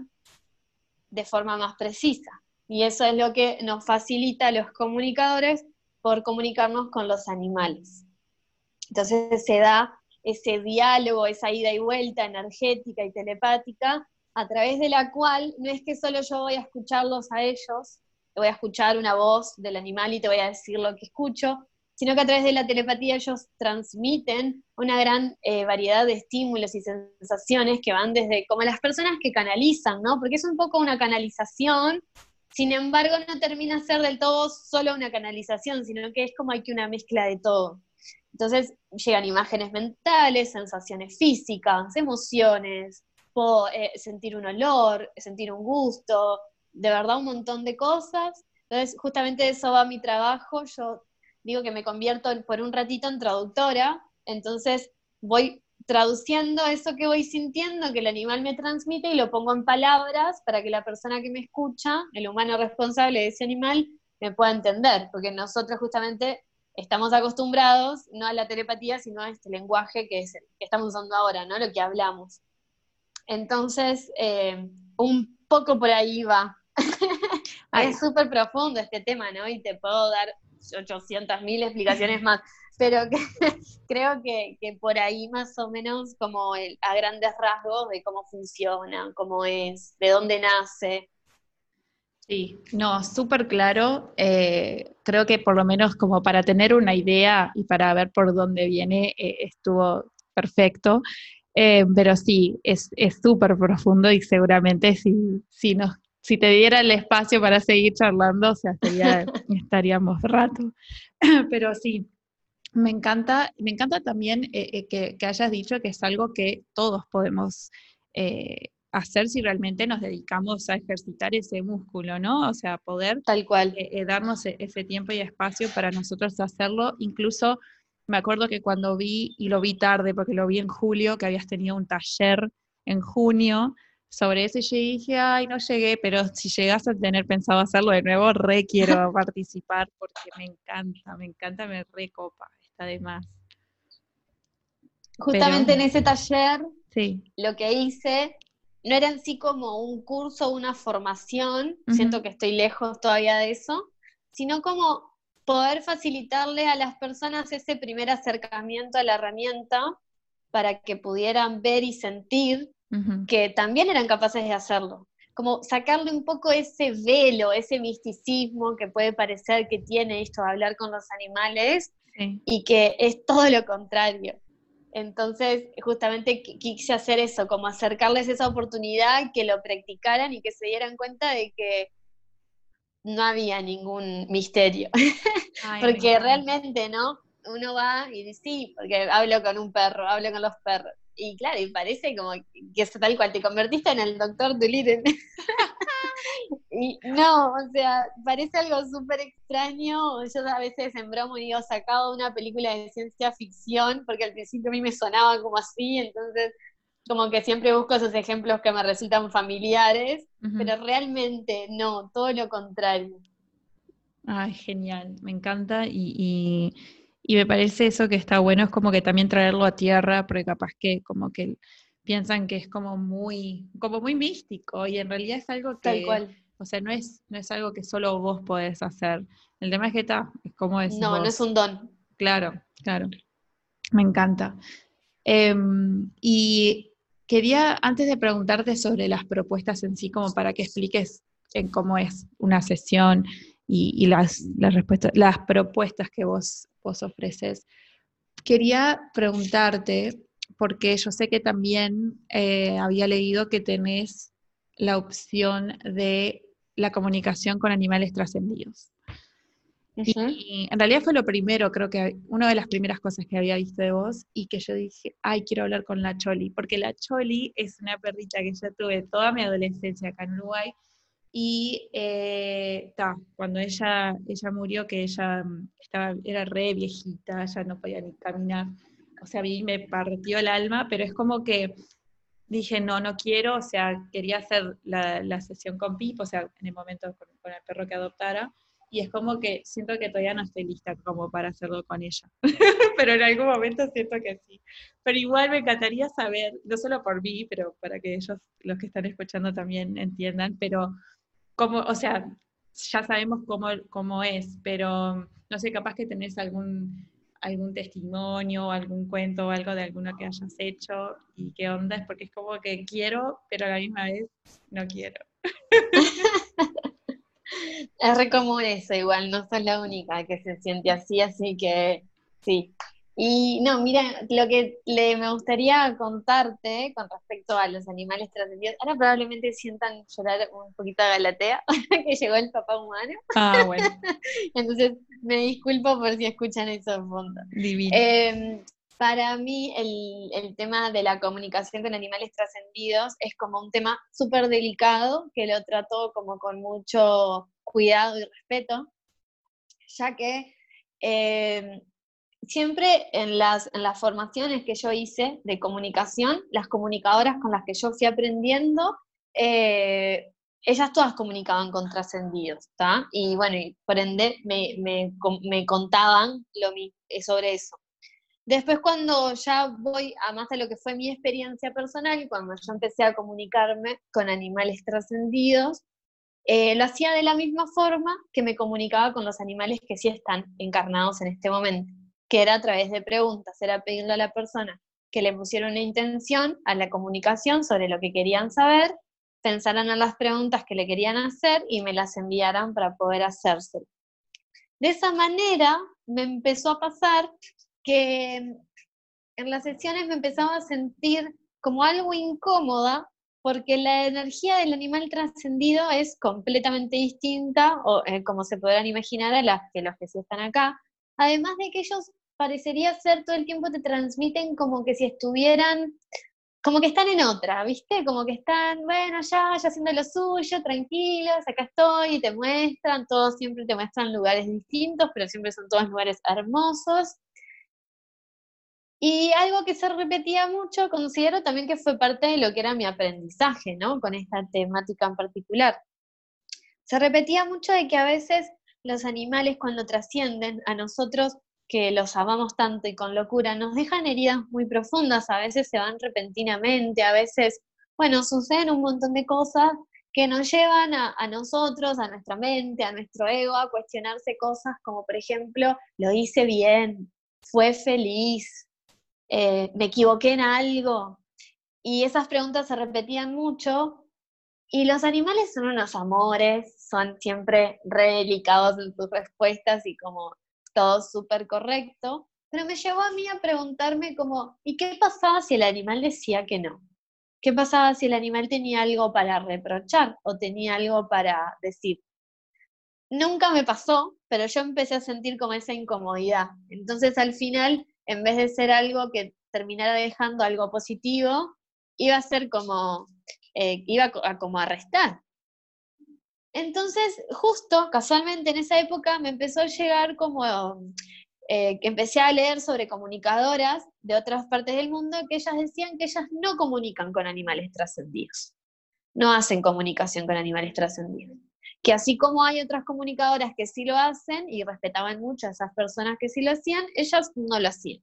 de forma más precisa. Y eso es lo que nos facilita a los comunicadores por comunicarnos con los animales. Entonces se da ese diálogo, esa ida y vuelta energética y telepática, a través de la cual no es que solo yo voy a escucharlos a ellos, voy a escuchar una voz del animal y te voy a decir lo que escucho, sino que a través de la telepatía ellos transmiten una gran variedad de estímulos y sensaciones que van desde, como las personas que canalizan, ¿no? Porque es un poco una canalización, sin embargo no termina de ser del todo solo una canalización, sino que es como hay que una mezcla de todo. Entonces llegan imágenes mentales, sensaciones físicas, emociones, puedo sentir un olor, sentir un gusto, de verdad un montón de cosas. Entonces justamente de eso va mi trabajo, yo digo que me convierto por un ratito en traductora, entonces voy traduciendo eso que voy sintiendo, que el animal me transmite y lo pongo en palabras para que la persona que me escucha, el humano responsable de ese animal, me pueda entender, porque nosotros justamente estamos acostumbrados no a la telepatía, sino a este lenguaje que es el que estamos usando ahora, ¿no? Lo que hablamos. Entonces, un poco por ahí va. Es súper profundo este tema, ¿no? Y te puedo dar 800.000 explicaciones más, pero creo que por ahí más o menos como a grandes rasgos de cómo funciona, cómo es, de dónde nace. Sí, no, súper claro. Creo que por lo menos como para tener una idea y para ver por dónde viene, estuvo perfecto. Pero sí, es súper profundo y seguramente si te diera el espacio para seguir charlando, o sea, estaríamos rato. Pero sí, me encanta también que hayas dicho que es algo que todos podemos hacer si realmente nos dedicamos a ejercitar ese músculo, ¿no? O sea, poder Tal cual. Darnos ese tiempo y espacio para nosotros hacerlo. Incluso me acuerdo que cuando vi, y lo vi tarde porque lo vi en julio, que habías tenido un taller en junio sobre eso, y yo dije, ay, no llegué, pero si llegas a tener pensado hacerlo de nuevo, re quiero participar porque me encanta, me recopa, está de más. Justamente en ese taller, sí. lo que hice no era en sí como un curso o una formación, siento que estoy lejos todavía de eso, sino como poder facilitarle a las personas ese primer acercamiento a la herramienta para que pudieran ver y sentir que también eran capaces de hacerlo. como sacarle un poco ese velo, ese misticismo que puede parecer que tiene esto de hablar con los animales, Sí. y que es todo lo contrario. Entonces, justamente quise hacer eso, como acercarles esa oportunidad, que lo practicaran y que se dieran cuenta de que no había ningún misterio. Ay, me Porque encanta. realmente, ¿no? Uno va y dice, sí, porque hablo con un perro, hablo con los perros. Y claro, y parece como que es tal cual, te convertiste en el doctor Dolittle. Y no, o sea, parece algo súper extraño. Yo a veces en broma digo, sacado una película de ciencia ficción, porque al principio a mí me sonaba como así, entonces como que siempre busco esos ejemplos que me resultan familiares, Ujú. pero realmente no, todo lo contrario. Ay, genial, me encanta y me parece eso que está bueno, es como que también traerlo a tierra, porque capaz que como que piensan que es como muy místico y en realidad es algo Tal que, cual. o sea, no es algo que solo vos podés hacer. El tema es que está, es como decís No, no es vos. un don. Claro, claro, me encanta. Y quería, antes de preguntarte sobre las propuestas en sí, como para que expliques en cómo es una sesión y las respuestas, las propuestas que vos ofreces, quería preguntarte, porque yo sé que también había leído que tenés la opción de la comunicación con animales trascendidos. Ujú. Y en realidad fue lo primero, creo que una de las primeras cosas que había visto de vos y que yo dije, ay, quiero hablar con la Choli, porque la Choli es una perrita que yo tuve toda mi adolescencia acá en Uruguay y cuando ella murió, que ella era re viejita, ya no podía ni caminar, o sea, a mí me partió el alma, pero es como que dije, no, no quiero, o sea, quería hacer la sesión con Pip, o sea, en el momento con el perro que adoptara, y es como que siento que todavía no estoy lista como para hacerlo con ella, pero en algún momento siento que sí. Pero igual me encantaría saber, no solo por mí, pero para que ellos, los que están escuchando también entiendan, pero cómo, o sea, ya sabemos cómo es, pero no sé, capaz que tenés algún testimonio, algún cuento o algo de alguno que hayas hecho y qué onda, es porque es como que quiero, pero a la misma vez no quiero. Es re común eso, igual, no sos la única que se siente así, así que sí. Y no, mira, lo que me gustaría contarte con respecto a los animales trascendidos, ahora probablemente sientan llorar un poquito a Galatea, que llegó el papá humano, Ah, bueno, entonces me disculpo por si escuchan eso de fondo. divino. Eh, para mí el tema de la comunicación con animales trascendidos es como un tema súper delicado, que lo trato como con mucho cuidado y respeto, ya que siempre en las formaciones que yo hice de comunicación, las comunicadoras con las que yo fui aprendiendo, eh, ellas todas comunicaban con trascendidos, ¿está? Y bueno, y por ende me contaban sobre eso. Después cuando ya voy a más a lo que fue mi experiencia personal, cuando yo empecé a comunicarme con animales trascendidos, lo hacía de la misma forma que me comunicaba con los animales que sí están encarnados en este momento, que era a través de preguntas, era pedirle a la persona que le pusiera una intención a la comunicación sobre lo que querían saber, pensaran en las preguntas que le querían hacer y me las enviaran para poder hacérselo. De esa manera me empezó a pasar que en las sesiones me empezaba a sentir como algo incómoda porque la energía del animal trascendido es completamente distinta, o como se podrán imaginar, a las que los que sí están acá. Además de que ellos parecería ser todo el tiempo te transmiten como que si estuvieran, como que están en otra, ¿viste? Como que están, bueno, ya haciendo lo suyo, tranquilos, acá estoy, y te muestran, todos siempre te muestran lugares distintos, pero siempre son todos lugares hermosos. Y algo que se repetía mucho, considero también que fue parte de lo que era mi aprendizaje, ¿no? Con esta temática en particular. Se repetía mucho de que a veces los animales cuando trascienden a nosotros, que los amamos tanto y con locura, nos dejan heridas muy profundas, a veces se van repentinamente, a veces, bueno, suceden un montón de cosas que nos llevan a nosotros, a nuestra mente, a nuestro ego, a cuestionarse cosas como, por ejemplo, lo hice bien, fue feliz, me equivoqué en algo. Y esas preguntas se repetían mucho Y los animales son unos amores, son siempre re delicados en sus respuestas y como todo súper correcto, pero me llevó a mí a preguntarme como, ¿y qué pasaba si el animal decía que no? ¿Qué pasaba si el animal tenía algo para reprochar o tenía algo para decir? Nunca me pasó, pero yo empecé a sentir como esa incomodidad. Entonces al final, en vez de ser algo que terminara dejando algo positivo, iba a ser como, como a restar. Entonces, justo, casualmente en esa época me empezó a llegar como que empecé a leer sobre comunicadoras de otras partes del mundo que ellas decían que ellas no comunican con animales trascendidos, no hacen comunicación con animales trascendidos. Que así como hay otras comunicadoras que sí lo hacen y respetaban mucho a esas personas que sí lo hacían, ellas no lo hacían.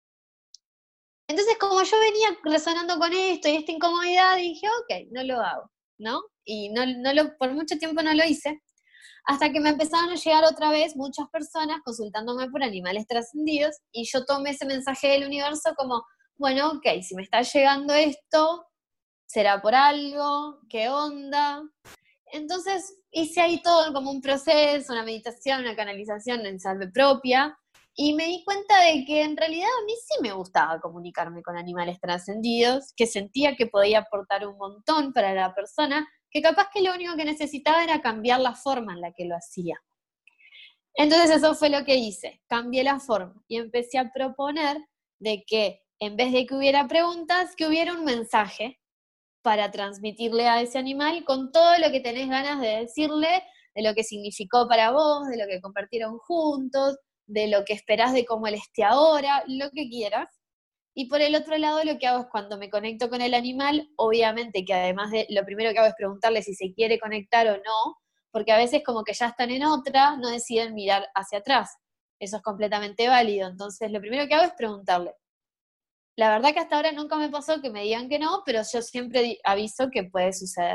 Entonces, como yo venía resonando con esto y esta incomodidad, dije, ok, no lo hago, ¿no? Y por mucho tiempo no lo hice, hasta que me empezaron a llegar otra vez muchas personas consultándome por animales trascendidos, y yo tomé ese mensaje del universo como, bueno, ok, si me está llegando esto, será por algo, ¿qué onda? Entonces hice ahí todo como un proceso, una meditación, una canalización en salve propia, y me di cuenta de que en realidad a mí sí me gustaba comunicarme con animales trascendidos, que sentía que podía aportar un montón para la persona, que capaz que lo único que necesitaba era cambiar la forma en la que lo hacía. Entonces eso fue lo que hice, cambié la forma y empecé a proponer de que en vez de que hubiera preguntas, que hubiera un mensaje para transmitirle a ese animal con todo lo que tenés ganas de decirle, de lo que significó para vos, de lo que compartieron juntos, de lo que esperás de cómo él esté ahora, lo que quieras. Y por el otro lado, lo que hago es cuando me conecto con el animal, obviamente que además de, lo primero que hago es preguntarle si se quiere conectar o no, porque a veces como que ya están en otra, no deciden mirar hacia atrás. Eso es completamente válido. Entonces, lo primero que hago es preguntarle. La verdad que hasta ahora nunca me pasó que me digan que no, pero yo siempre aviso que puede suceder.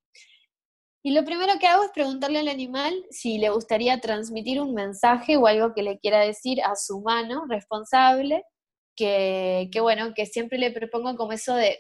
Y lo primero que hago es preguntarle al animal si le gustaría transmitir un mensaje o algo que le quiera decir a su humano responsable, que bueno, que siempre le propongo como eso de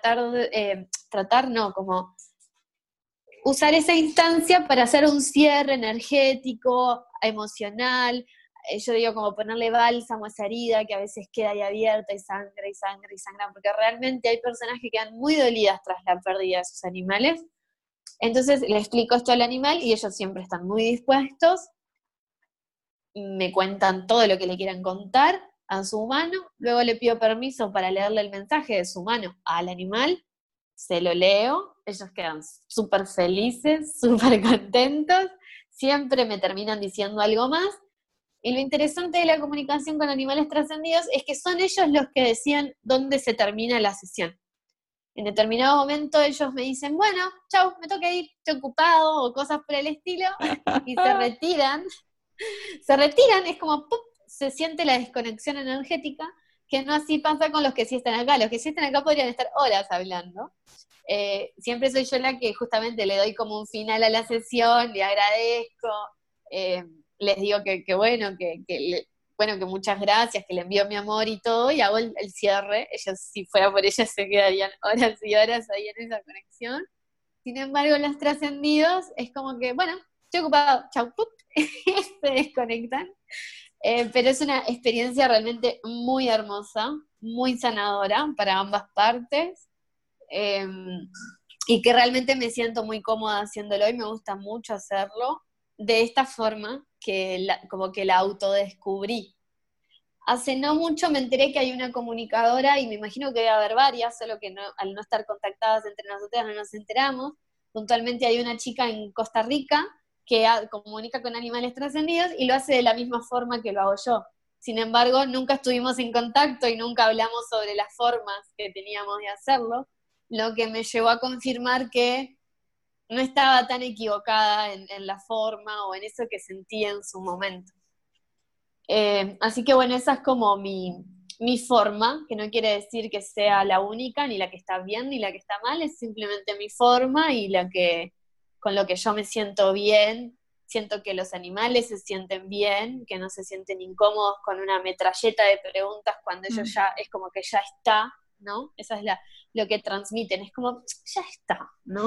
tratar no, como usar esa instancia para hacer un cierre energético, emocional. Yo digo como ponerle bálsamo a esa herida que a veces queda ahí abierta y sangra y sangra y sangra, porque realmente hay personas que quedan muy dolidas tras la pérdida de sus animales. Entonces le explico esto al animal y ellos siempre están muy dispuestos, me cuentan todo lo que le quieran contar a su humano, luego le pido permiso para leerle el mensaje de su humano al animal, se lo leo, ellos quedan súper felices, súper contentos, siempre me terminan diciendo algo más, y lo interesante de la comunicación con animales trascendidos es que son ellos los que deciden dónde se termina la sesión. En determinado momento ellos me dicen, bueno, chau, me tengo que ir, estoy ocupado, o cosas por el estilo, y se retiran, es como, ¡pum!, se siente la desconexión energética, que no así pasa con los que sí están acá. Los que sí están acá podrían estar horas hablando. Siempre soy yo la que justamente le doy como un final a la sesión, le agradezco, les digo que bueno, bueno, que muchas gracias, que le envío mi amor y todo, y hago el cierre. Ellos, si fuera por ellas, se quedarían horas y horas ahí en esa conexión. Sin embargo, los trascendidos es como que, bueno, estoy ocupado, chau, ¡pup! Se desconectan. Pero es una experiencia realmente muy hermosa, muy sanadora para ambas partes, eh, y que realmente me siento muy cómoda haciéndolo y me gusta mucho hacerlo de esta forma, como que la autodescubrí. Hace no mucho me enteré que hay una comunicadora, y me imagino que debe haber varias, solo que al no estar contactadas entre nosotras no nos enteramos. Puntualmente hay una chica en Costa Rica que comunica con animales trascendidos y lo hace de la misma forma que lo hago yo. Sin embargo, nunca estuvimos en contacto y nunca hablamos sobre las formas que teníamos de hacerlo, lo que me llevó a confirmar que no estaba tan equivocada en la forma o en eso que sentía en su momento. Así que bueno, esa es como mi forma, que no quiere decir que sea la única, ni la que está bien, ni la que está mal, es simplemente mi forma y con lo que yo me siento bien. Siento que los animales se sienten bien, que no se sienten incómodos con una metralleta de preguntas cuando ellos ya, es como que ya está, ¿no? Esa es lo que transmiten, es como, ya está, ¿no?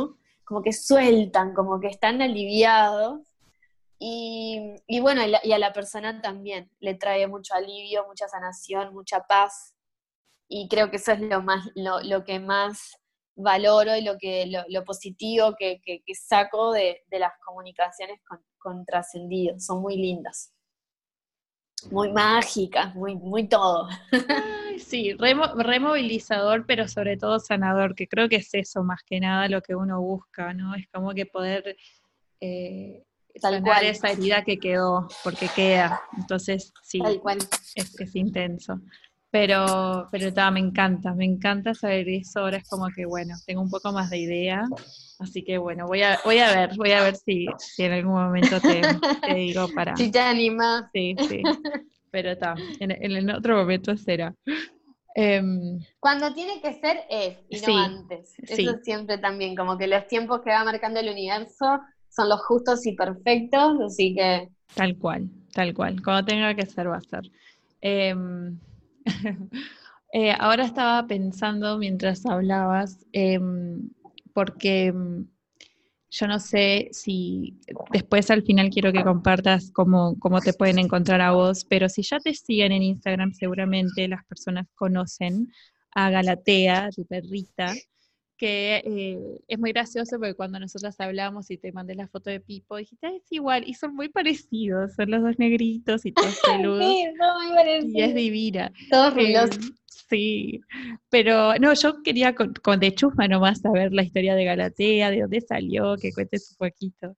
como que sueltan, como que están aliviados. Y bueno, y a la persona también le trae mucho alivio, mucha sanación, mucha paz. Y creo que eso es lo que más valoro y lo positivo que saco de las comunicaciones con trascendidos. Son muy lindas, muy mágicas, muy todo. Ay, sí, removilizador, pero sobre todo sanador, que creo que es eso más que nada lo que uno busca, ¿no? Es como que poder Tal sanar cual, esa herida que quedó, porque queda. Entonces, sí, tal cual. es intenso. Pero me encanta saber eso. Ahora es como que, bueno, tengo un poco más de idea. Así que bueno, voy a ver si en algún momento te digo para. Si te animas. Sí, sí. Pero está, en otro momento será. Cuando tiene que ser es, y no Sí, antes. Eso sí, siempre también, como que los tiempos que va marcando el universo son los justos y perfectos, así que tal cual, tal cual. Cuando tenga que ser, va a ser. Em, ahora estaba pensando mientras hablabas, porque yo no sé si después al final quiero que compartas cómo te pueden encontrar a vos, pero si ya te siguen en Instagram, seguramente las personas conocen a Galatea, tu perrita, que es muy gracioso porque cuando nosotras hablamos y te mandé la foto de Pipo, dijiste, "Ah, es igual", y son muy parecidos, son los dos negritos y todos peludos, sí, son muy y es parecidos. divina. Todos Eh, rulos. sí, pero no, yo quería con de chusma nomás saber la historia de Galatea, de dónde salió, que cuentes un poquito.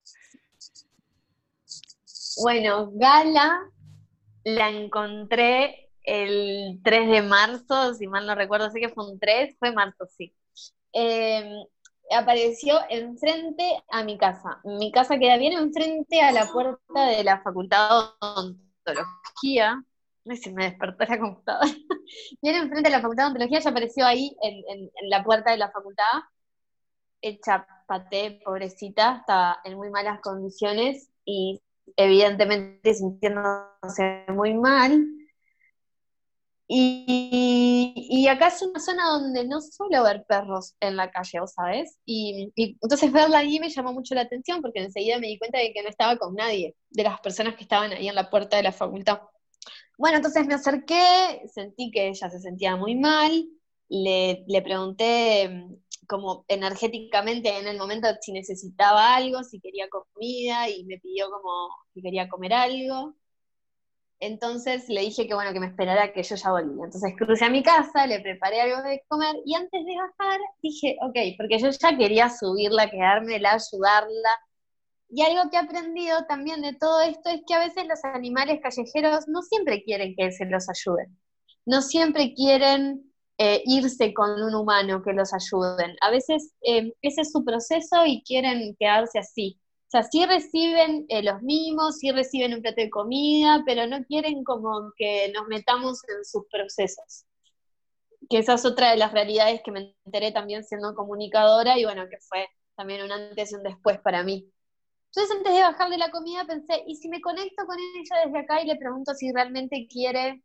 Bueno, Gala la encontré el 3 de marzo, si mal no recuerdo, sé que fue un 3, fue marzo, sí. Eh, Apareció enfrente a mi casa. Mi casa queda bien enfrente a la puerta de la Facultad de Odontología. No sé si me despertó la computadora. Bien enfrente de la Facultad de Odontología, ya apareció ahí en la puerta de la facultad, hecha paté, pobrecita, estaba en muy malas condiciones y evidentemente sintiéndose muy mal. Y acá es una zona donde no suelo ver perros en la calle, ¿vos sabés? Y entonces verla ahí me llamó mucho la atención porque enseguida me di cuenta de que no estaba con nadie, de las personas que estaban ahí en la puerta de la facultad. Bueno, entonces me acerqué, sentí que ella se sentía muy mal, le pregunté como energéticamente en el momento si necesitaba algo, si quería comida y me pidió como que quería comer algo. Entonces le dije que bueno, que me esperara que yo ya volvía. Entonces crucé a mi casa, le preparé algo de comer y antes de bajar dije, ok, porque yo ya quería subirla, quedármela, ayudarla. Y algo que he aprendido también de todo esto es que a veces los animales callejeros no siempre quieren que se los ayuden. No siempre quieren irse con un humano que los ayuden. A veces ese es su proceso y quieren quedarse así. O sea, sí reciben los mimos, sí reciben un plato de comida, pero no quieren como que nos metamos en sus procesos. Que esa es otra de las realidades que me enteré también siendo comunicadora y bueno, que fue también un antes y un después para mí. Entonces antes de bajar de la comida pensé, ¿y si me conecto con ella desde acá y le pregunto si realmente quiere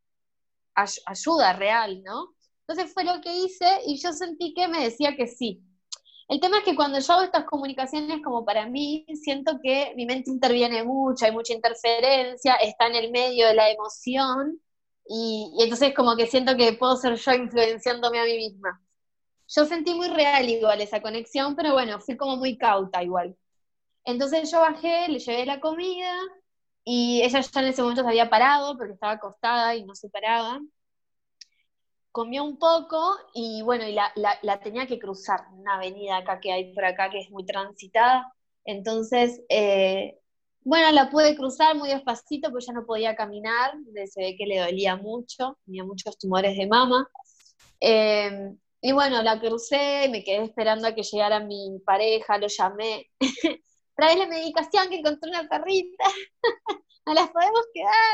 ayuda real, ¿no? Entonces fue lo que hice y yo sentí que me decía que sí. El tema es que cuando yo hago estas comunicaciones, como para mí, siento que mi mente interviene mucho, hay mucha interferencia, está en el medio de la emoción, y entonces como que siento que puedo ser yo influenciándome a mí misma. Yo sentí muy real igual esa conexión, pero bueno, fui como muy cauta igual. Entonces yo bajé, le llevé la comida, y ella ya en ese momento se había parado porque estaba acostada y no se paraba. Comió un poco y bueno, y la tenía que cruzar, una avenida acá que hay por acá que es muy transitada. Entonces, bueno, la pude cruzar muy despacito porque ya no podía caminar, se ve que le dolía mucho, tenía muchos tumores de mama. Y bueno, la crucé, me quedé esperando a que llegara mi pareja, lo llamé. Traes la medicación que encontré una perrita, no las podemos quedar.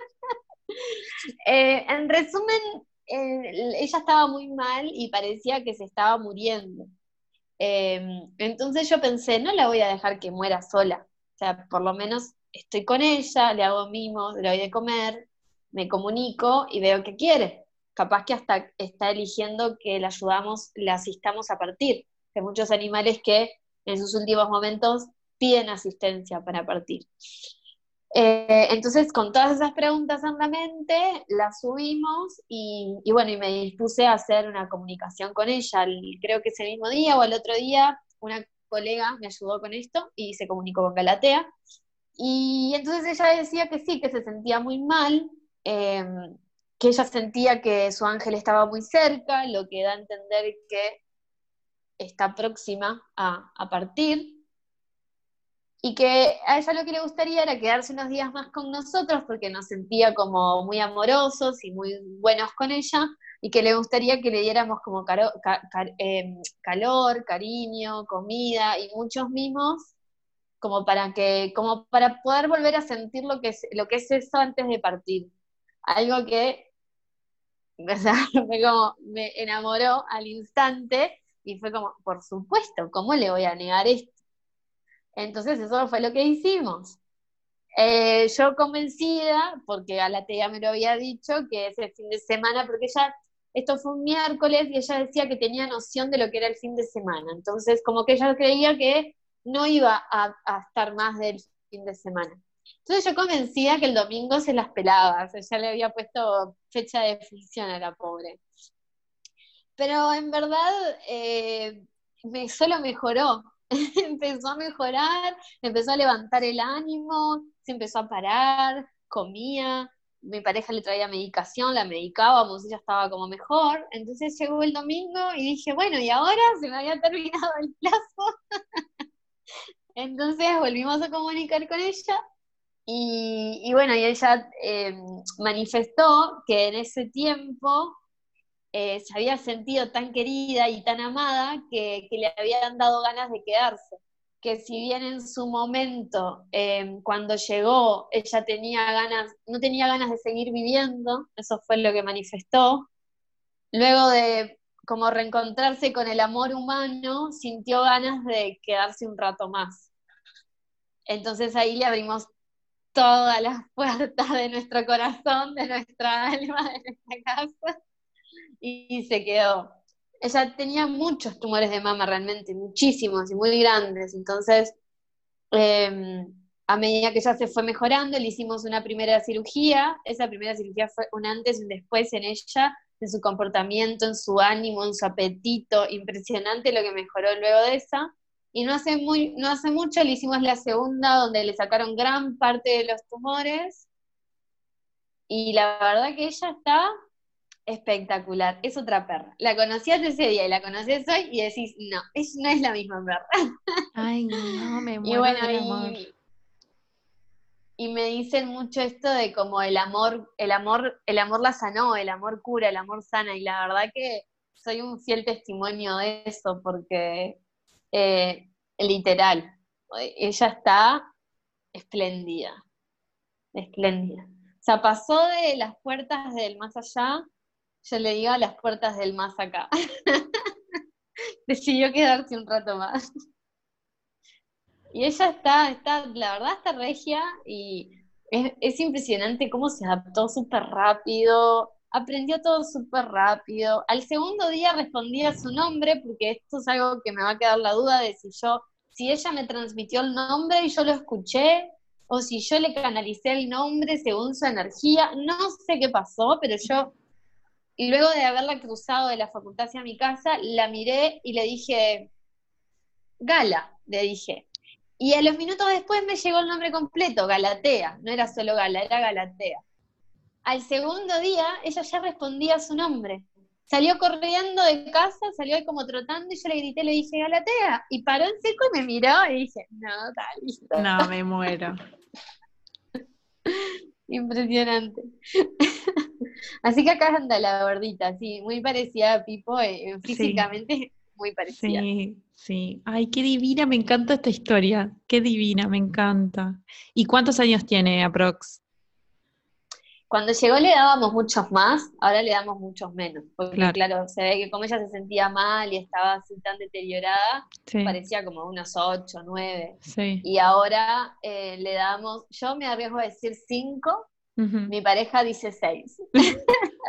En resumen, ella estaba muy mal y parecía que se estaba muriendo. Entonces yo pensé, no la voy a dejar que muera sola. O sea, por lo menos estoy con ella, le hago mimos, le doy de comer, me comunico y veo qué quiere. Capaz que hasta está eligiendo que la ayudamos, la asistamos a partir. Hay muchos animales que en sus últimos momentos piden asistencia para partir. Entonces, con todas esas preguntas en la mente, las subimos y bueno, y me dispuse a hacer una comunicación con ella. Creo que ese mismo día o el otro día, una colega me ayudó con esto y se comunicó con Galatea. Y entonces ella decía que sí, que se sentía muy mal, que ella sentía que su ángel estaba muy cerca, lo que da a entender que está próxima a partir, y que a ella lo que le gustaría era quedarse unos días más con nosotros porque nos sentía como muy amorosos y muy buenos con ella, y que le gustaría que le diéramos como calor, cariño, comida y muchos mimos, como para poder volver a sentir lo que es eso antes de partir. Algo que, o sea, me enamoró al instante y fue como, por supuesto, ¿cómo le voy a negar esto? Entonces eso fue lo que hicimos. Yo convencida, porque Galatea me lo había dicho, que ese fin de semana, porque esto fue un miércoles y ella decía que tenía noción de lo que era el fin de semana. Entonces, como que ella creía que no iba a estar más del fin de semana. Entonces yo convencida que el domingo se las pelaba, o sea, ya le había puesto fecha de función a la pobre. Pero en verdad solo mejoró. Empezó a mejorar, empezó a levantar el ánimo, se empezó a parar, comía, mi pareja le traía medicación, la medicábamos, ella estaba como mejor. Entonces llegó el domingo y dije, bueno, y ahora se me había terminado el plazo. Entonces volvimos a comunicar con ella y bueno, y ella manifestó que en ese tiempo se había sentido tan querida y tan amada que le habían dado ganas de quedarse. Que si bien en su momento, cuando llegó, ella no tenía ganas de seguir viviendo, eso fue lo que manifestó, luego de como reencontrarse con el amor humano, sintió ganas de quedarse un rato más. Entonces ahí le abrimos todas las puertas de nuestro corazón, de nuestra alma, de nuestra casa, y se quedó. Ella tenía muchos tumores de mama realmente, muchísimos y muy grandes, entonces a medida que ella se fue mejorando, le hicimos una primera cirugía. Esa primera cirugía fue un antes y un después en ella, en su comportamiento, en su ánimo, en su apetito, impresionante lo que mejoró luego de esa. Y no hace mucho le hicimos la segunda, donde le sacaron gran parte de los tumores, y la verdad que ella está espectacular, es otra perra. La conocías ese día y la conocés hoy y decís, no, no es la misma perra. Ay, no, me Y muero bueno, del amor. y me dicen mucho esto de como el amor la sanó, el amor cura, el amor sana, y la verdad que soy un fiel testimonio de eso, porque literal, ella está espléndida, espléndida. O sea, pasó de las puertas del más allá, yo le digo, a las puertas del más acá. Decidió quedarse un rato más. Y ella la verdad está regia, y es impresionante cómo se adaptó súper rápido, aprendió todo súper rápido. Al segundo día respondía su nombre, porque esto es algo que me va a quedar la duda de si ella me transmitió el nombre y yo lo escuché, o si yo le canalicé el nombre según su energía. No sé qué pasó, pero yo, y luego de haberla cruzado de la facultad hacia mi casa, la miré y le dije, Gala, le dije. Y a los minutos después me llegó el nombre completo, Galatea. No era solo Gala, era Galatea. Al segundo día, ella ya respondía a su nombre. Salió corriendo de casa, salió ahí como trotando, y yo le grité, le dije, Galatea. Y paró en seco y me miró y dije, no, está listo. No, me muero. Impresionante. Así que acá anda la gordita, sí, muy parecida a Pipo, físicamente muy parecida. Sí, sí. Ay, qué divina, me encanta esta historia. Qué divina, me encanta. ¿Y cuántos años tiene aprox? Cuando llegó le dábamos muchos más, ahora le damos muchos menos, porque Claro, claro, se ve que como ella se sentía mal y estaba así tan deteriorada, sí, parecía como unos 8, 9, sí. y ahora le damos, yo me arriesgo a decir 5, Ujú. mi pareja dice 6.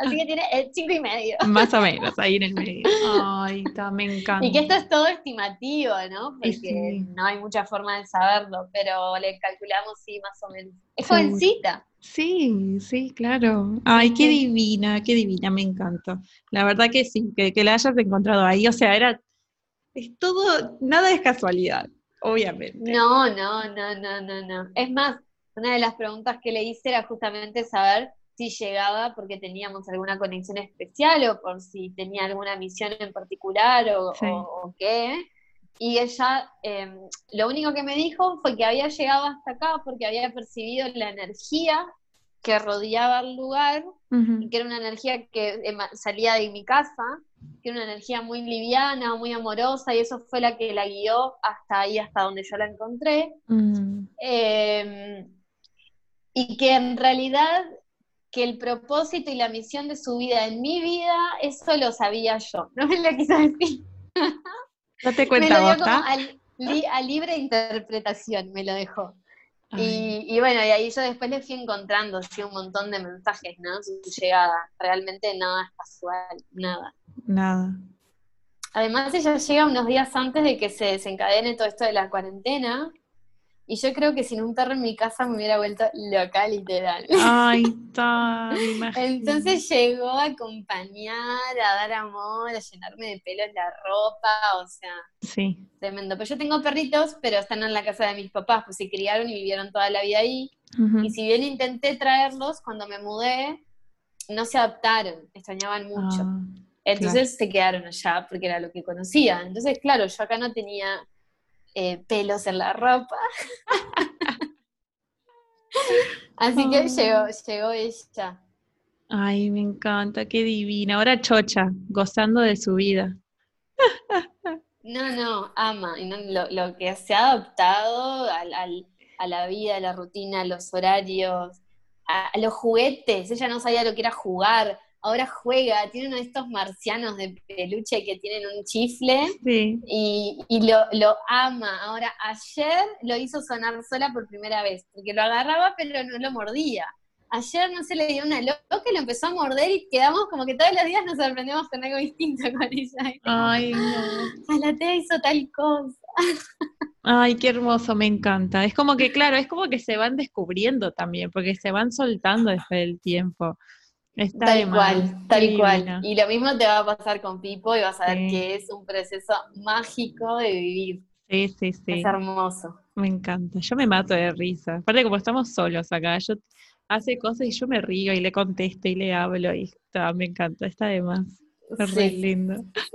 así que tiene el 5,5. Más o menos, ahí en el medio. Ay, me encanta. Y que esto es todo estimativo, ¿no? Y Porque sí, no hay mucha forma de saberlo, pero le calculamos, sí, más o menos. Es seguro. jovencita. Sí, sí, claro. Ay, qué Sí. divina, me encanta. La verdad que sí, que la hayas encontrado ahí, o sea, es todo, nada es casualidad, obviamente. No, no, no, no, no, no. Es más, una de las preguntas que le hice era justamente saber si llegaba porque teníamos alguna conexión especial o por si tenía alguna misión en particular Sí. o qué. Y ella, lo único que me dijo fue que había llegado hasta acá porque había percibido la energía que rodeaba el lugar y Ujú. que era una energía que salía de mi casa, que era una energía muy liviana, muy amorosa, y eso fue la que la guió hasta ahí, hasta donde yo la encontré. Mm. Eh, y que en realidad que el propósito y la misión de su vida en mi vida, eso lo sabía yo. No me lo quiso decir. Date Me cuenta lo vos, dio como ¿está? a libre interpretación, me lo dejó. Ay, Y bueno, y ahí yo después le fui encontrando sí, un montón de mensajes, ¿no? Su llegada. Realmente nada es casual, nada. nada. Además, ella llega unos días antes de que se desencadene todo esto de la cuarentena. Y yo creo que sin un perro en mi casa me hubiera vuelto loca, literal. Ay, está, me imagino. Entonces llegó a acompañar, a dar amor, a llenarme de pelos la ropa, o sea, Sí. tremendo. Pues yo tengo perritos, pero están en la casa de mis papás, pues se criaron y vivieron toda la vida ahí. Y Ujú. si bien intenté traerlos, cuando me mudé, no se adaptaron, extrañaban mucho. Ah, claro. Entonces se quedaron allá porque era lo que conocían. Entonces, claro, yo acá no tenía pelos en la ropa, así que Ah. llegó ella. Ay, me encanta, qué divina. Ahora chocha, gozando de su vida. No, no, ama, y no, lo que se ha adaptado a la vida, a la rutina, a los horarios, a los juguetes. Ella no sabía lo que era jugar, ahora juega, tiene uno de estos marcianos de peluche que tienen un chifle Sí. y lo ama. Ahora, ayer lo hizo sonar sola por primera vez, porque lo agarraba pero no lo mordía. Ayer no se le dio una loca y lo empezó a morder y quedamos como que todos los días nos sorprendemos con algo distinto con ella. ¿Viste? Como, Ay, no. Galatea hizo tal cosa. Ay, qué hermoso, me encanta. Es como que, claro, es como que se van descubriendo también, porque se van soltando después del tiempo. Está de Tal más, cual, qué tal cual. divina. Y lo mismo te va a pasar con Pipo y vas a ver Sí, que es un proceso mágico de vivir. sí, sí, Es sí. hermoso. Me encanta. Yo me mato de risa. Aparte, como estamos solos acá, yo hace cosas y yo me río y le contesto y le hablo y está, me encanta, está de más. Es re Sí. lindo.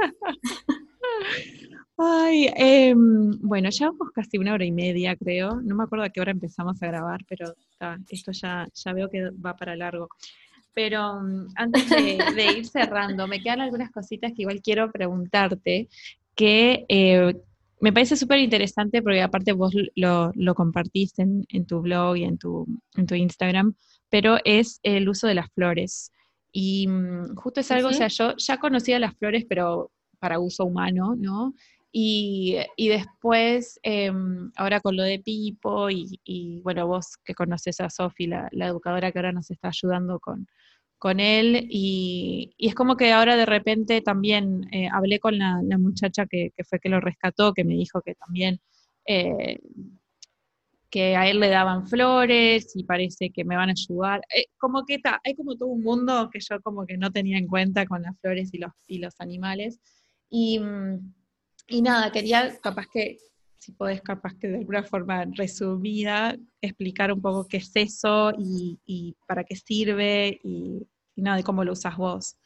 Ay, bueno, ya vamos casi 1 hora y media, creo. No me acuerdo a qué hora empezamos a grabar, pero esto ya veo que va para largo. Pero antes de ir cerrando, me quedan algunas cositas que igual quiero preguntarte, que me parece súper interesante porque aparte vos lo compartiste en tu blog y en tu Instagram, pero es el uso de las flores. Y justo es algo, o sea, Ujú. yo ya conocía las flores, pero para uso humano, ¿no? Y después, ahora con lo de Pipo y, bueno, vos que conoces a Sofi, la educadora que ahora nos está ayudando con él, y es como que ahora de repente también hablé con la muchacha que fue que lo rescató, que me dijo que también eh, que a él le daban flores y parece que me van a ayudar. Como que hay como todo un mundo que yo como que no tenía en cuenta con las flores y los animales. Y, y nada, quería capaz que, si podés capaz que de alguna forma resumida, explicar un poco qué es eso y para qué sirve y nada, de cómo lo usas vos.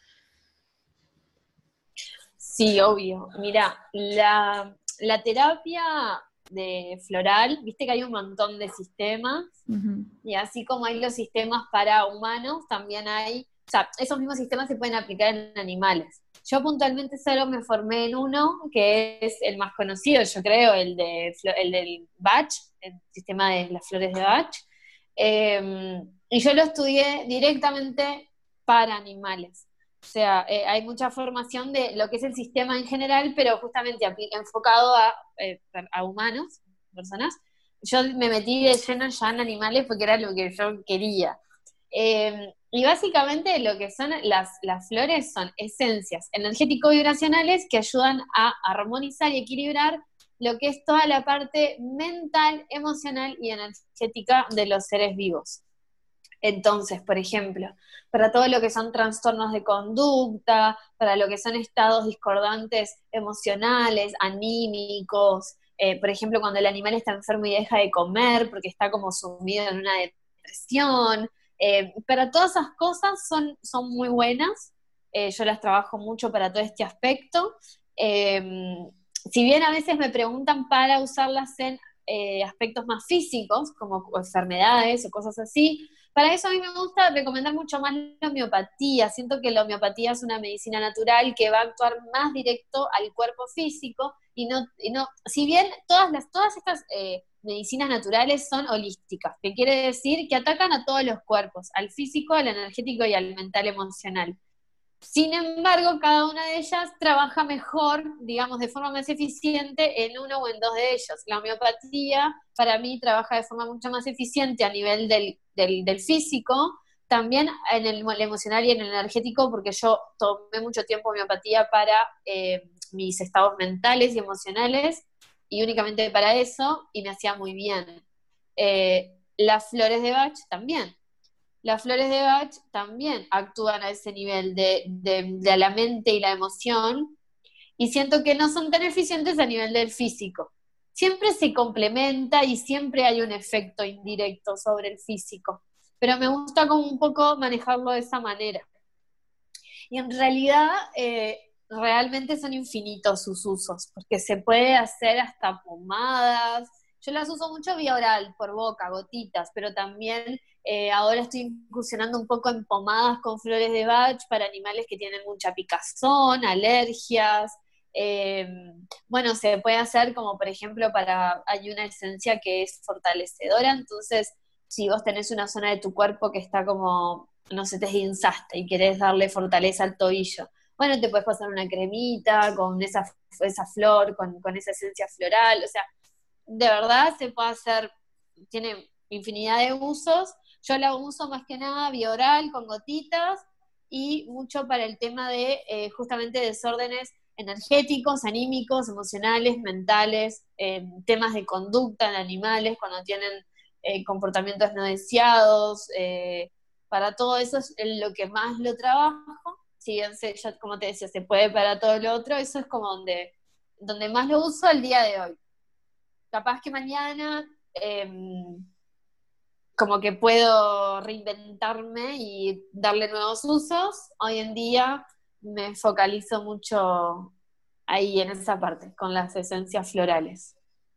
Sí, obvio. Mira, la terapia de floral, viste que hay un montón de sistemas. Ujú. Y así como hay los sistemas para humanos, también hay, o sea, esos mismos sistemas se pueden aplicar en animales. Yo puntualmente solo me formé en uno, que es el más conocido, yo creo, el del Bach, el sistema de las flores de Bach. Y yo lo estudié directamente para animales. O sea, hay mucha formación de lo que es el sistema en general, pero justamente enfocado a humanos, personas. Yo me metí de lleno ya en animales porque era lo que yo quería. Y básicamente lo que son las flores son esencias energético-vibracionales que ayudan a armonizar y equilibrar lo que es toda la parte mental, emocional y energética de los seres vivos. Entonces, por ejemplo, para todo lo que son trastornos de conducta, para lo que son estados discordantes emocionales, anímicos, por ejemplo, cuando el animal está enfermo y deja de comer porque está como sumido en una depresión, para todas esas cosas son muy buenas. Yo las trabajo mucho para todo este aspecto. Si bien a veces me preguntan para usarlas en aspectos más físicos, como enfermedades o cosas así, para eso a mí me gusta recomendar mucho más la homeopatía. Siento que la homeopatía es una medicina natural que va a actuar más directo al cuerpo físico y no, si bien todas estas medicinas naturales son holísticas, que quiere decir que atacan a todos los cuerpos, al físico, al energético y al mental emocional. Sin embargo, cada una de ellas trabaja mejor, digamos, de forma más eficiente en uno o en dos de ellos. La homeopatía, para mí, trabaja de forma mucho más eficiente a nivel del físico, también en el emocional y en el energético, porque yo tomé mucho tiempo homeopatía para mis estados mentales y emocionales, y únicamente para eso, y me hacía muy bien. Las flores de Bach también. Las flores de Bach también actúan a ese nivel de la mente y la emoción, y siento que no son tan eficientes a nivel del físico. Siempre se complementa y siempre hay un efecto indirecto sobre el físico, pero me gusta como un poco manejarlo de esa manera. Y en realidad, realmente son infinitos sus usos, porque se puede hacer hasta pomadas. Yo las uso mucho vía oral, por boca, gotitas, pero también ahora estoy incursionando un poco en pomadas con flores de Bach para animales que tienen mucha picazón, alergias. Eh, bueno, se puede hacer como por ejemplo hay una esencia que es fortalecedora, entonces si vos tenés una zona de tu cuerpo que está como, no sé, te esguinzaste y querés darle fortaleza al tobillo, bueno, te puedes pasar una cremita con esa flor, con esa esencia floral, o sea, de verdad se puede hacer, tiene infinidad de usos. Yo la uso más que nada vía oral, con gotitas, y mucho para el tema de justamente desórdenes energéticos, anímicos, emocionales, mentales, temas de conducta en animales cuando tienen comportamientos no deseados. Para todo eso es lo que más lo trabajo. Si bien ya, como te decía, se puede para todo lo otro, eso es como donde más lo uso el día de hoy. Capaz que mañana como que puedo reinventarme y darle nuevos usos. Hoy en día me focalizo mucho ahí en esa parte, con las esencias florales.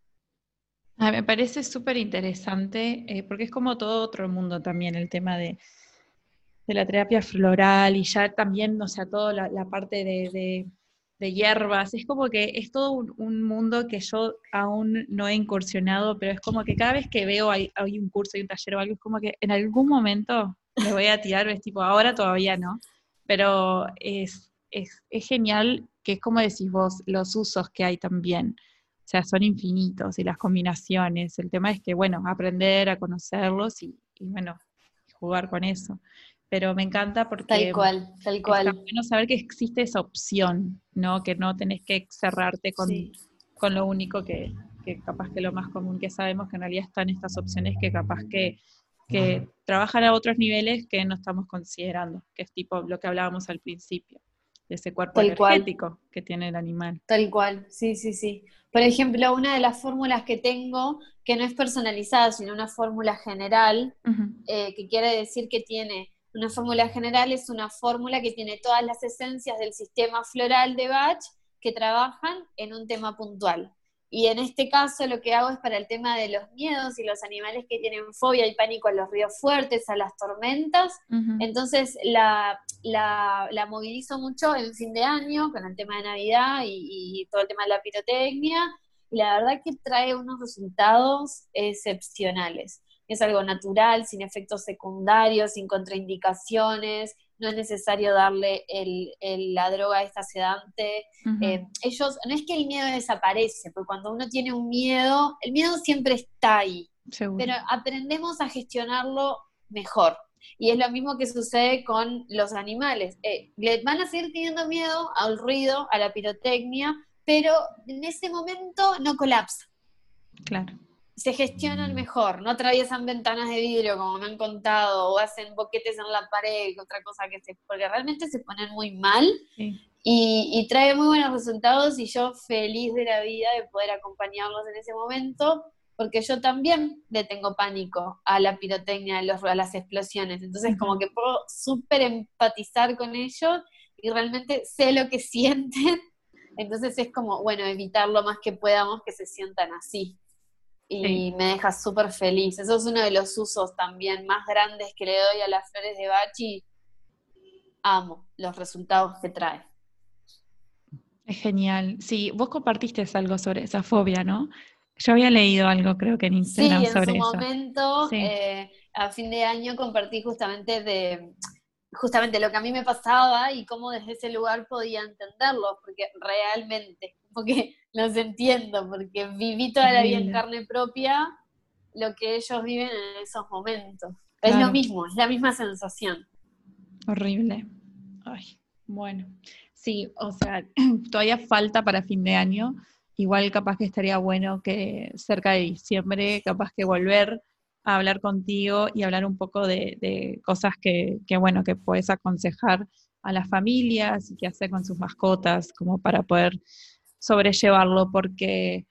Me parece súper interesante, porque es como todo otro mundo también el tema de la terapia floral y ya también, o sea, toda la parte de hierbas. Es como que es todo un mundo que yo aún no he incursionado, pero es como que cada vez que veo hay un curso y un taller o algo, es como que en algún momento me voy a tirar, es tipo, ahora todavía no, pero es genial que es como decís vos, los usos que hay también. O sea, son infinitos y las combinaciones. El tema es que, bueno, aprender a conocerlos y bueno, jugar con eso. Pero me encanta Tal porque cual, tal está cual. bueno saber que existe esa opción, ¿no? Que no tenés que cerrarte Sí. con lo único que capaz que lo más común que sabemos, que en realidad están estas opciones que capaz que trabajan a otros niveles que no estamos considerando, que es tipo lo que hablábamos al principio, de ese cuerpo Tal cual. energético que tiene el animal. Tal cual, sí, sí, sí. Por ejemplo, una de las fórmulas que tengo, que no es personalizada, sino una fórmula general, Ujú. que quiere decir que tiene una fórmula general, es una fórmula que tiene todas las esencias del sistema floral de Bach que trabajan en un tema puntual. Y en este caso lo que hago es para el tema de los miedos y los animales que tienen fobia y pánico a los ríos fuertes, a las tormentas. Ujú. Entonces la movilizo mucho en fin de año con el tema de Navidad y todo el tema de la pirotecnia, y la verdad que trae unos resultados excepcionales. Es algo natural, sin efectos secundarios, sin contraindicaciones, no es necesario darle la droga esta sedante. Ujú. Ellos, no es que el miedo desaparece, porque cuando uno tiene un miedo, el miedo siempre está ahí, Seguro. pero aprendemos a gestionarlo mejor. Y es lo mismo que sucede con los animales. Le van a seguir teniendo miedo al ruido, a la pirotecnia, pero en ese momento no colapsa. Claro. Se gestionan mejor, no atraviesan ventanas de vidrio, como me han contado, o hacen boquetes en la pared, otra cosa porque realmente se ponen muy mal. Sí. Y trae muy buenos resultados, y yo feliz de la vida de poder acompañarlos en ese momento, porque yo también le tengo pánico a la pirotecnia, a las explosiones. Entonces, como que puedo súper empatizar con ellos y realmente sé lo que sienten. Entonces es como, bueno, evitar lo más que podamos que se sientan así. Y Sí. me deja súper feliz. Eso es uno de los usos también más grandes que le doy a las flores de Bach, y amo los resultados que trae. Es genial. Sí, vos compartiste algo sobre esa fobia, ¿no? Yo había leído algo, creo que en Sí, Instagram en su sobre eso. momento, Sí, a fin de año compartí justamente lo que a mí me pasaba y cómo desde ese lugar podía entenderlo, porque realmente, porque los entiendo, porque viví toda la vida en horrible. carne propia lo que ellos viven en esos momentos. Es lo Claro, mismo, es la misma sensación. horrible. Ay, bueno. Sí, o sea, todavía falta para fin de año. Igual capaz que estaría bueno que cerca de diciembre, capaz que volver a hablar contigo y hablar un poco de cosas bueno, que puedes aconsejar a las familias y qué hacer con sus mascotas, como para poder sobrellevarlo, porque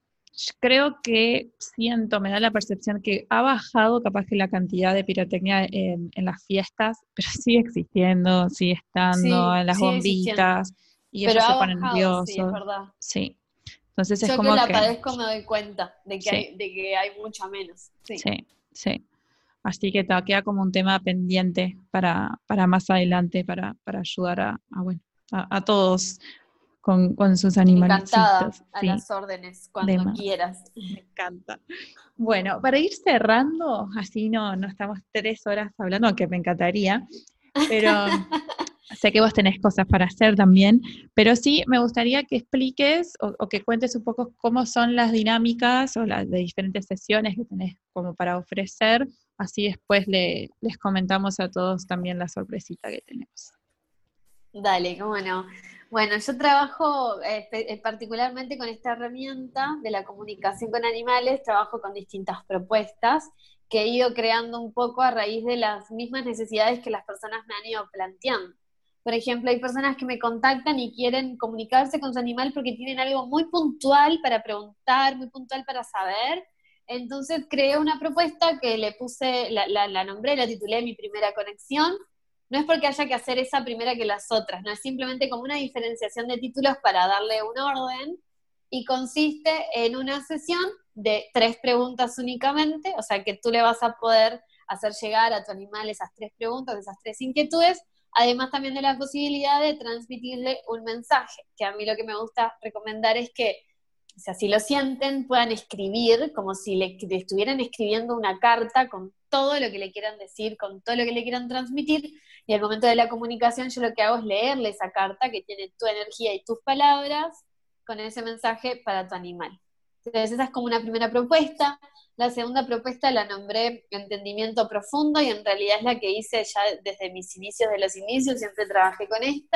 creo que me da la percepción que ha bajado capaz que la cantidad de pirotecnia en las fiestas, pero sigue existiendo, sigue estando, Sí, en las sigue existiendo. bombitas, y Pero ellos se ha ponen bajado, sí, es nerviosos. verdad. Sí, entonces es Yo que como la que, padezco me doy cuenta sí, de que hay mucha menos. Sí. sí, sí. Así que queda como un tema pendiente para más adelante, para ayudar bueno, a todos con sus Encantada, animalcitos, a sí, las órdenes, cuando demás. quieras. Me encanta. Bueno, para ir cerrando, así no estamos 3 horas hablando, aunque me encantaría, pero sé que vos tenés cosas para hacer también, pero sí me gustaría que expliques o que cuentes un poco cómo son las dinámicas o las de diferentes sesiones que tenés como para ofrecer, así después les comentamos a todos también la sorpresita que tenemos. Dale, cómo no. Bueno, yo trabajo particularmente con esta herramienta de la comunicación con animales, trabajo con distintas propuestas que he ido creando un poco a raíz de las mismas necesidades que las personas me han ido planteando. Por ejemplo, hay personas que me contactan y quieren comunicarse con su animal porque tienen algo muy puntual para preguntar, muy puntual para saber. Entonces creé una propuesta que le puse, la nombré, la titulé Mi Primera Conexión. No es porque haya que hacer esa primera que las otras, no es simplemente como una diferenciación de títulos para darle un orden, y consiste en una sesión de 3 preguntas únicamente, o sea que tú le vas a poder hacer llegar a tu animal esas 3 preguntas, esas 3 inquietudes, además también de la posibilidad de transmitirle un mensaje, que a mí lo que me gusta recomendar es que, si así lo sienten, puedan escribir como si le estuvieran escribiendo una carta con todo lo que le quieran decir, con todo lo que le quieran transmitir, y al momento de la comunicación yo lo que hago es leerle esa carta que tiene tu energía y tus palabras con ese mensaje para tu animal. Entonces esa es como una primera propuesta. La segunda propuesta la nombré Entendimiento Profundo, y en realidad es la que hice ya desde mis inicios de los inicios, siempre trabajé con esta,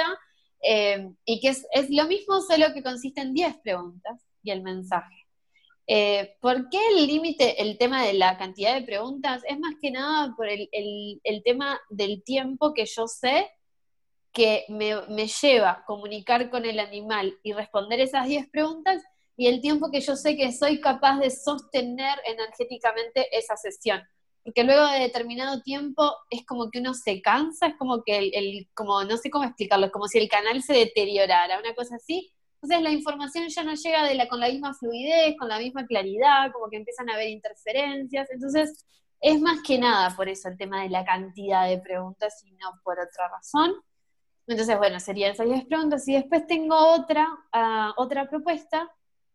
y que es lo mismo, solo que consiste en 10 preguntas y el mensaje. ¿Por qué el límite, el tema de la cantidad de preguntas? Es más que nada por el tema del tiempo que yo sé que me lleva comunicar con el animal y responder esas 10 preguntas, y el tiempo que yo sé que soy capaz de sostener energéticamente esa sesión. Porque luego de determinado tiempo es como que uno se cansa, es como que como no sé cómo explicarlo, es como si el canal se deteriorara, una cosa así. Entonces la información ya no llega con la misma fluidez, con la misma claridad, como que empiezan a haber interferencias. Entonces es más que nada por eso el tema de la cantidad de preguntas y no por otra razón. Entonces, bueno, serían esas 10 preguntas. Y después tengo otra propuesta,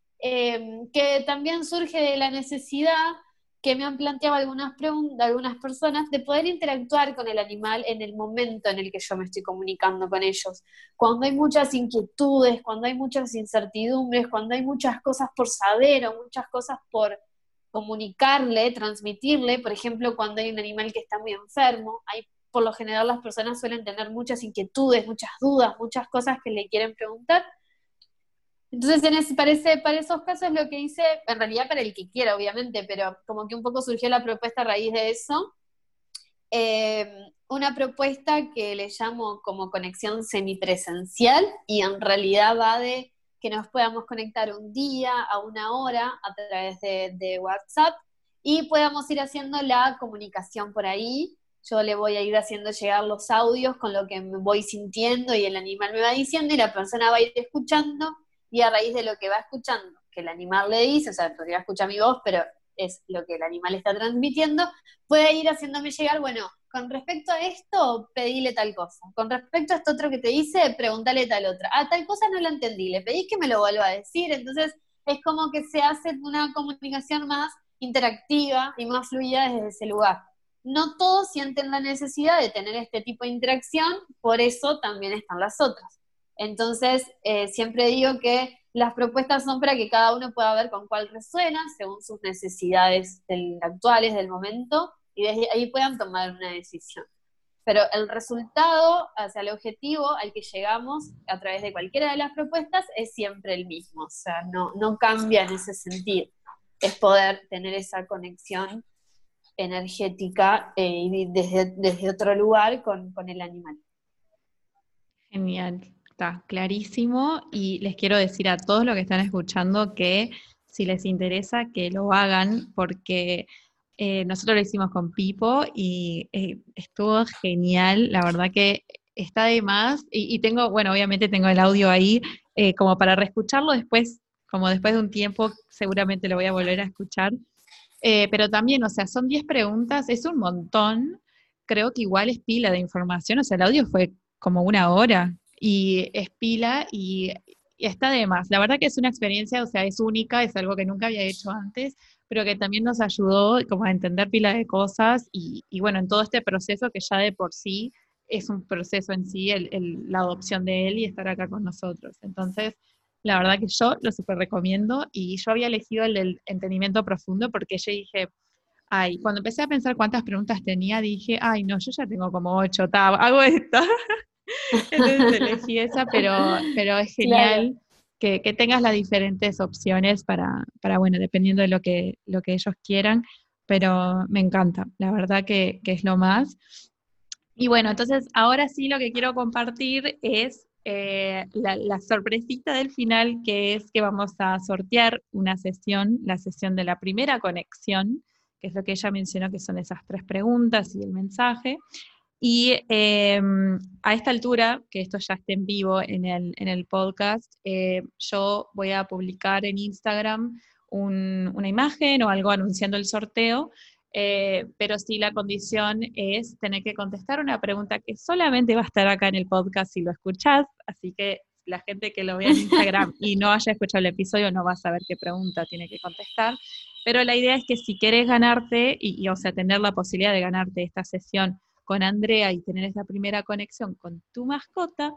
que también surge de la necesidad que me han planteado algunas personas, de poder interactuar con el animal en el momento en el que yo me estoy comunicando con ellos. Cuando hay muchas inquietudes, cuando hay muchas incertidumbres, cuando hay muchas cosas por saber o muchas cosas comunicarle, transmitirle, por ejemplo, cuando hay un animal que está muy enfermo, por lo general las personas suelen tener muchas inquietudes, muchas dudas, muchas cosas que le quieren preguntar. Entonces, para esos casos lo que hice, en realidad para el que quiera, obviamente, pero como que un poco surgió la propuesta a raíz de eso, una propuesta que le llamo como conexión semipresencial y en realidad va de que nos podamos conectar un día a una hora a través de WhatsApp y podamos ir haciendo la comunicación por ahí. Yo le voy a ir haciendo llegar los audios con lo que me voy sintiendo y el animal me va diciendo y la persona va a ir escuchando y a raíz de lo que va escuchando, que el animal le dice, o sea, porque escucha mi voz, pero es lo que el animal está transmitiendo, puede ir haciéndome llegar, bueno, con respecto a esto, pedile tal cosa. Con respecto a esto otro que te dice, pregúntale tal otra. Ah, tal cosa no la entendí, le pedís que me lo vuelva a decir. Entonces, es como que se hace una comunicación más interactiva y más fluida desde ese lugar. No todos sienten la necesidad de tener este tipo de interacción, por eso también están las otras. Entonces, siempre digo que las propuestas son para que cada uno pueda ver con cuál resuena, según sus necesidades actuales del momento, y desde ahí puedan tomar una decisión. Pero el resultado hacia el objetivo al que llegamos a través de cualquiera de las propuestas es siempre el mismo, o sea, no cambia en ese sentido. Es poder tener esa conexión energética y desde otro lugar con el animal. Genial, está clarísimo y les quiero decir a todos los que están escuchando que si les interesa que lo hagan porque nosotros lo hicimos con Pipo y estuvo genial, la verdad que está de más y tengo, bueno, obviamente tengo el audio ahí como para reescucharlo después, como después de un tiempo seguramente lo voy a volver a escuchar, pero también, o sea, son 10 preguntas, es un montón, creo que igual es pila de información, o sea, el audio fue como una hora y es pila y está de más. La verdad que es una experiencia, o sea, es única, es algo que nunca había hecho antes, pero que también nos ayudó como a entender pila de cosas y bueno, en todo este proceso que ya de por sí es un proceso en sí, la adopción de él y estar acá con nosotros. Entonces, la verdad que yo lo súper recomiendo y yo había elegido el del entendimiento profundo porque yo dije, ay, cuando empecé a pensar cuántas preguntas tenía, dije, ay, no, yo ya tengo como 8, hago esta. Entonces elegí esa, pero es Claro. genial que tengas las diferentes opciones para, bueno, dependiendo de lo que ellos quieran, pero me encanta, la verdad que es lo más. Y bueno, entonces ahora sí lo que quiero compartir es la sorpresita del final, que es que vamos a sortear una sesión, la sesión de la primera conexión, que es lo que ella mencionó, que son esas 3 preguntas y el mensaje. Y a esta altura, que esto ya esté en vivo en el podcast, yo voy a publicar en Instagram una imagen o algo anunciando el sorteo, pero sí la condición es tener que contestar una pregunta que solamente va a estar acá en el podcast si lo escuchás, así que la gente que lo vea en Instagram y no haya escuchado el episodio no va a saber qué pregunta tiene que contestar, pero la idea es que si querés ganarte, o sea, tener la posibilidad de ganarte esta sesión con Andrea y tener esa primera conexión con tu mascota,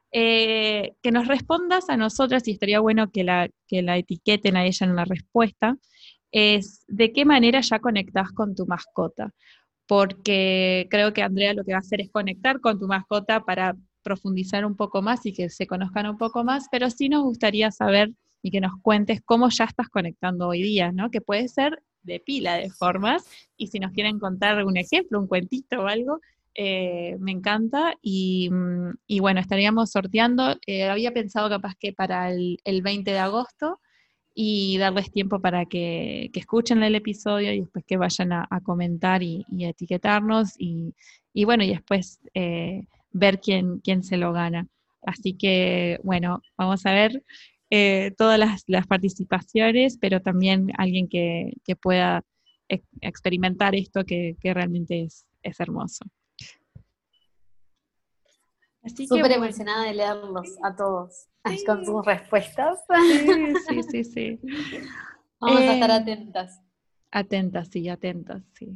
que nos respondas a nosotras, y estaría bueno que la etiqueten a ella en la respuesta, es de qué manera ya conectás con tu mascota. Porque creo que Andrea lo que va a hacer es conectar con tu mascota para profundizar un poco más y que se conozcan un poco más, pero sí nos gustaría saber y que nos cuentes cómo ya estás conectando hoy día, ¿no? Que puede ser de pila de formas, y si nos quieren contar un ejemplo, un cuentito o algo, me encanta, y bueno, estaríamos sorteando, había pensado capaz que para el 20 de agosto, y darles tiempo para que escuchen el episodio y después que vayan a comentar y a etiquetarnos, y bueno, y después ver quién se lo gana. Así que, bueno, vamos a ver todas las participaciones, pero también alguien que pueda experimentar esto que realmente es hermoso. Así que Súper bueno. emocionada de leerlos a todos Sí. con sus respuestas. Sí. Vamos a estar atentas. Atentas, sí.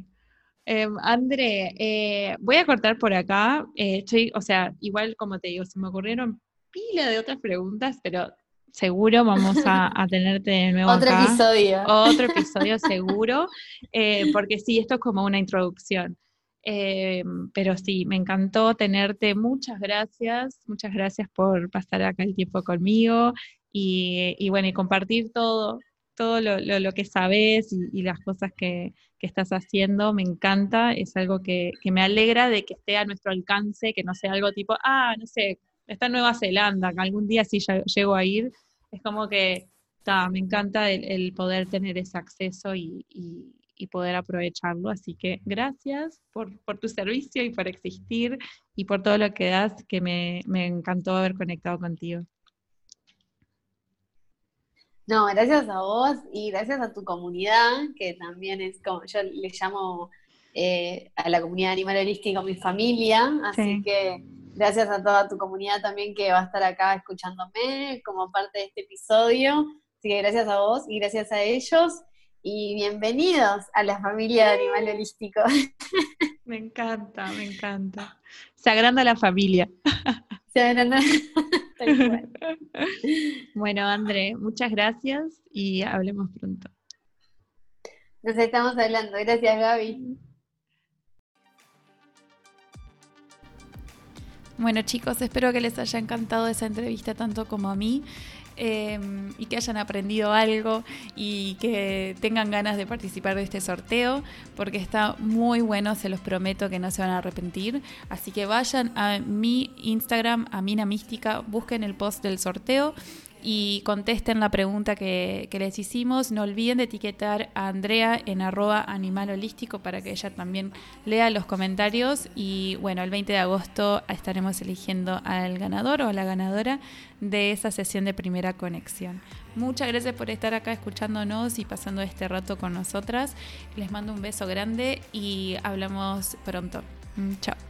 André, voy a cortar por acá. O sea, igual como te digo, se me ocurrieron pila de otras preguntas, pero seguro vamos a tenerte de nuevo Otro acá. episodio. Otro episodio seguro, porque sí, esto es como una introducción. Pero sí, me encantó tenerte. Muchas gracias por pasar acá el tiempo conmigo y bueno, y compartir todo lo que sabes y las cosas que estás haciendo. Me encanta, es algo que me alegra de que esté a nuestro alcance, que no sea algo tipo, no sé, está en Nueva Zelanda, que algún día sí llego a ir. Es como que me encanta el poder tener ese acceso y poder aprovecharlo. Así que gracias por tu servicio y por existir y por todo lo que das, que me encantó haber conectado contigo. No, gracias a vos y gracias a tu comunidad, que también es como, yo le llamo a la comunidad animal holístico mi familia, así Sí. que gracias a toda tu comunidad también que va a estar acá escuchándome como parte de este episodio. Así que gracias a vos y gracias a ellos y bienvenidos a la familia de Animal Holístico. Me encanta, me encanta. Se agranda la familia. Tal cual. Bueno, André, muchas gracias y hablemos pronto. Nos estamos hablando. Gracias, Gaby. Bueno, chicos, espero que les haya encantado esa entrevista tanto como a mí. Y que hayan aprendido algo y que tengan ganas de participar de este sorteo, porque está muy bueno, se los prometo que no se van a arrepentir. Así que vayan a mi Instagram, a Mina Mística, busquen el post del sorteo y contesten la pregunta que les hicimos. No olviden de etiquetar a Andrea en @animalholístico para que ella también lea los comentarios. Y bueno, el 20 de agosto estaremos eligiendo al ganador o a la ganadora de esa sesión de primera conexión. Muchas gracias por estar acá escuchándonos y pasando este rato con nosotras. Les mando un beso grande y hablamos pronto. Chao.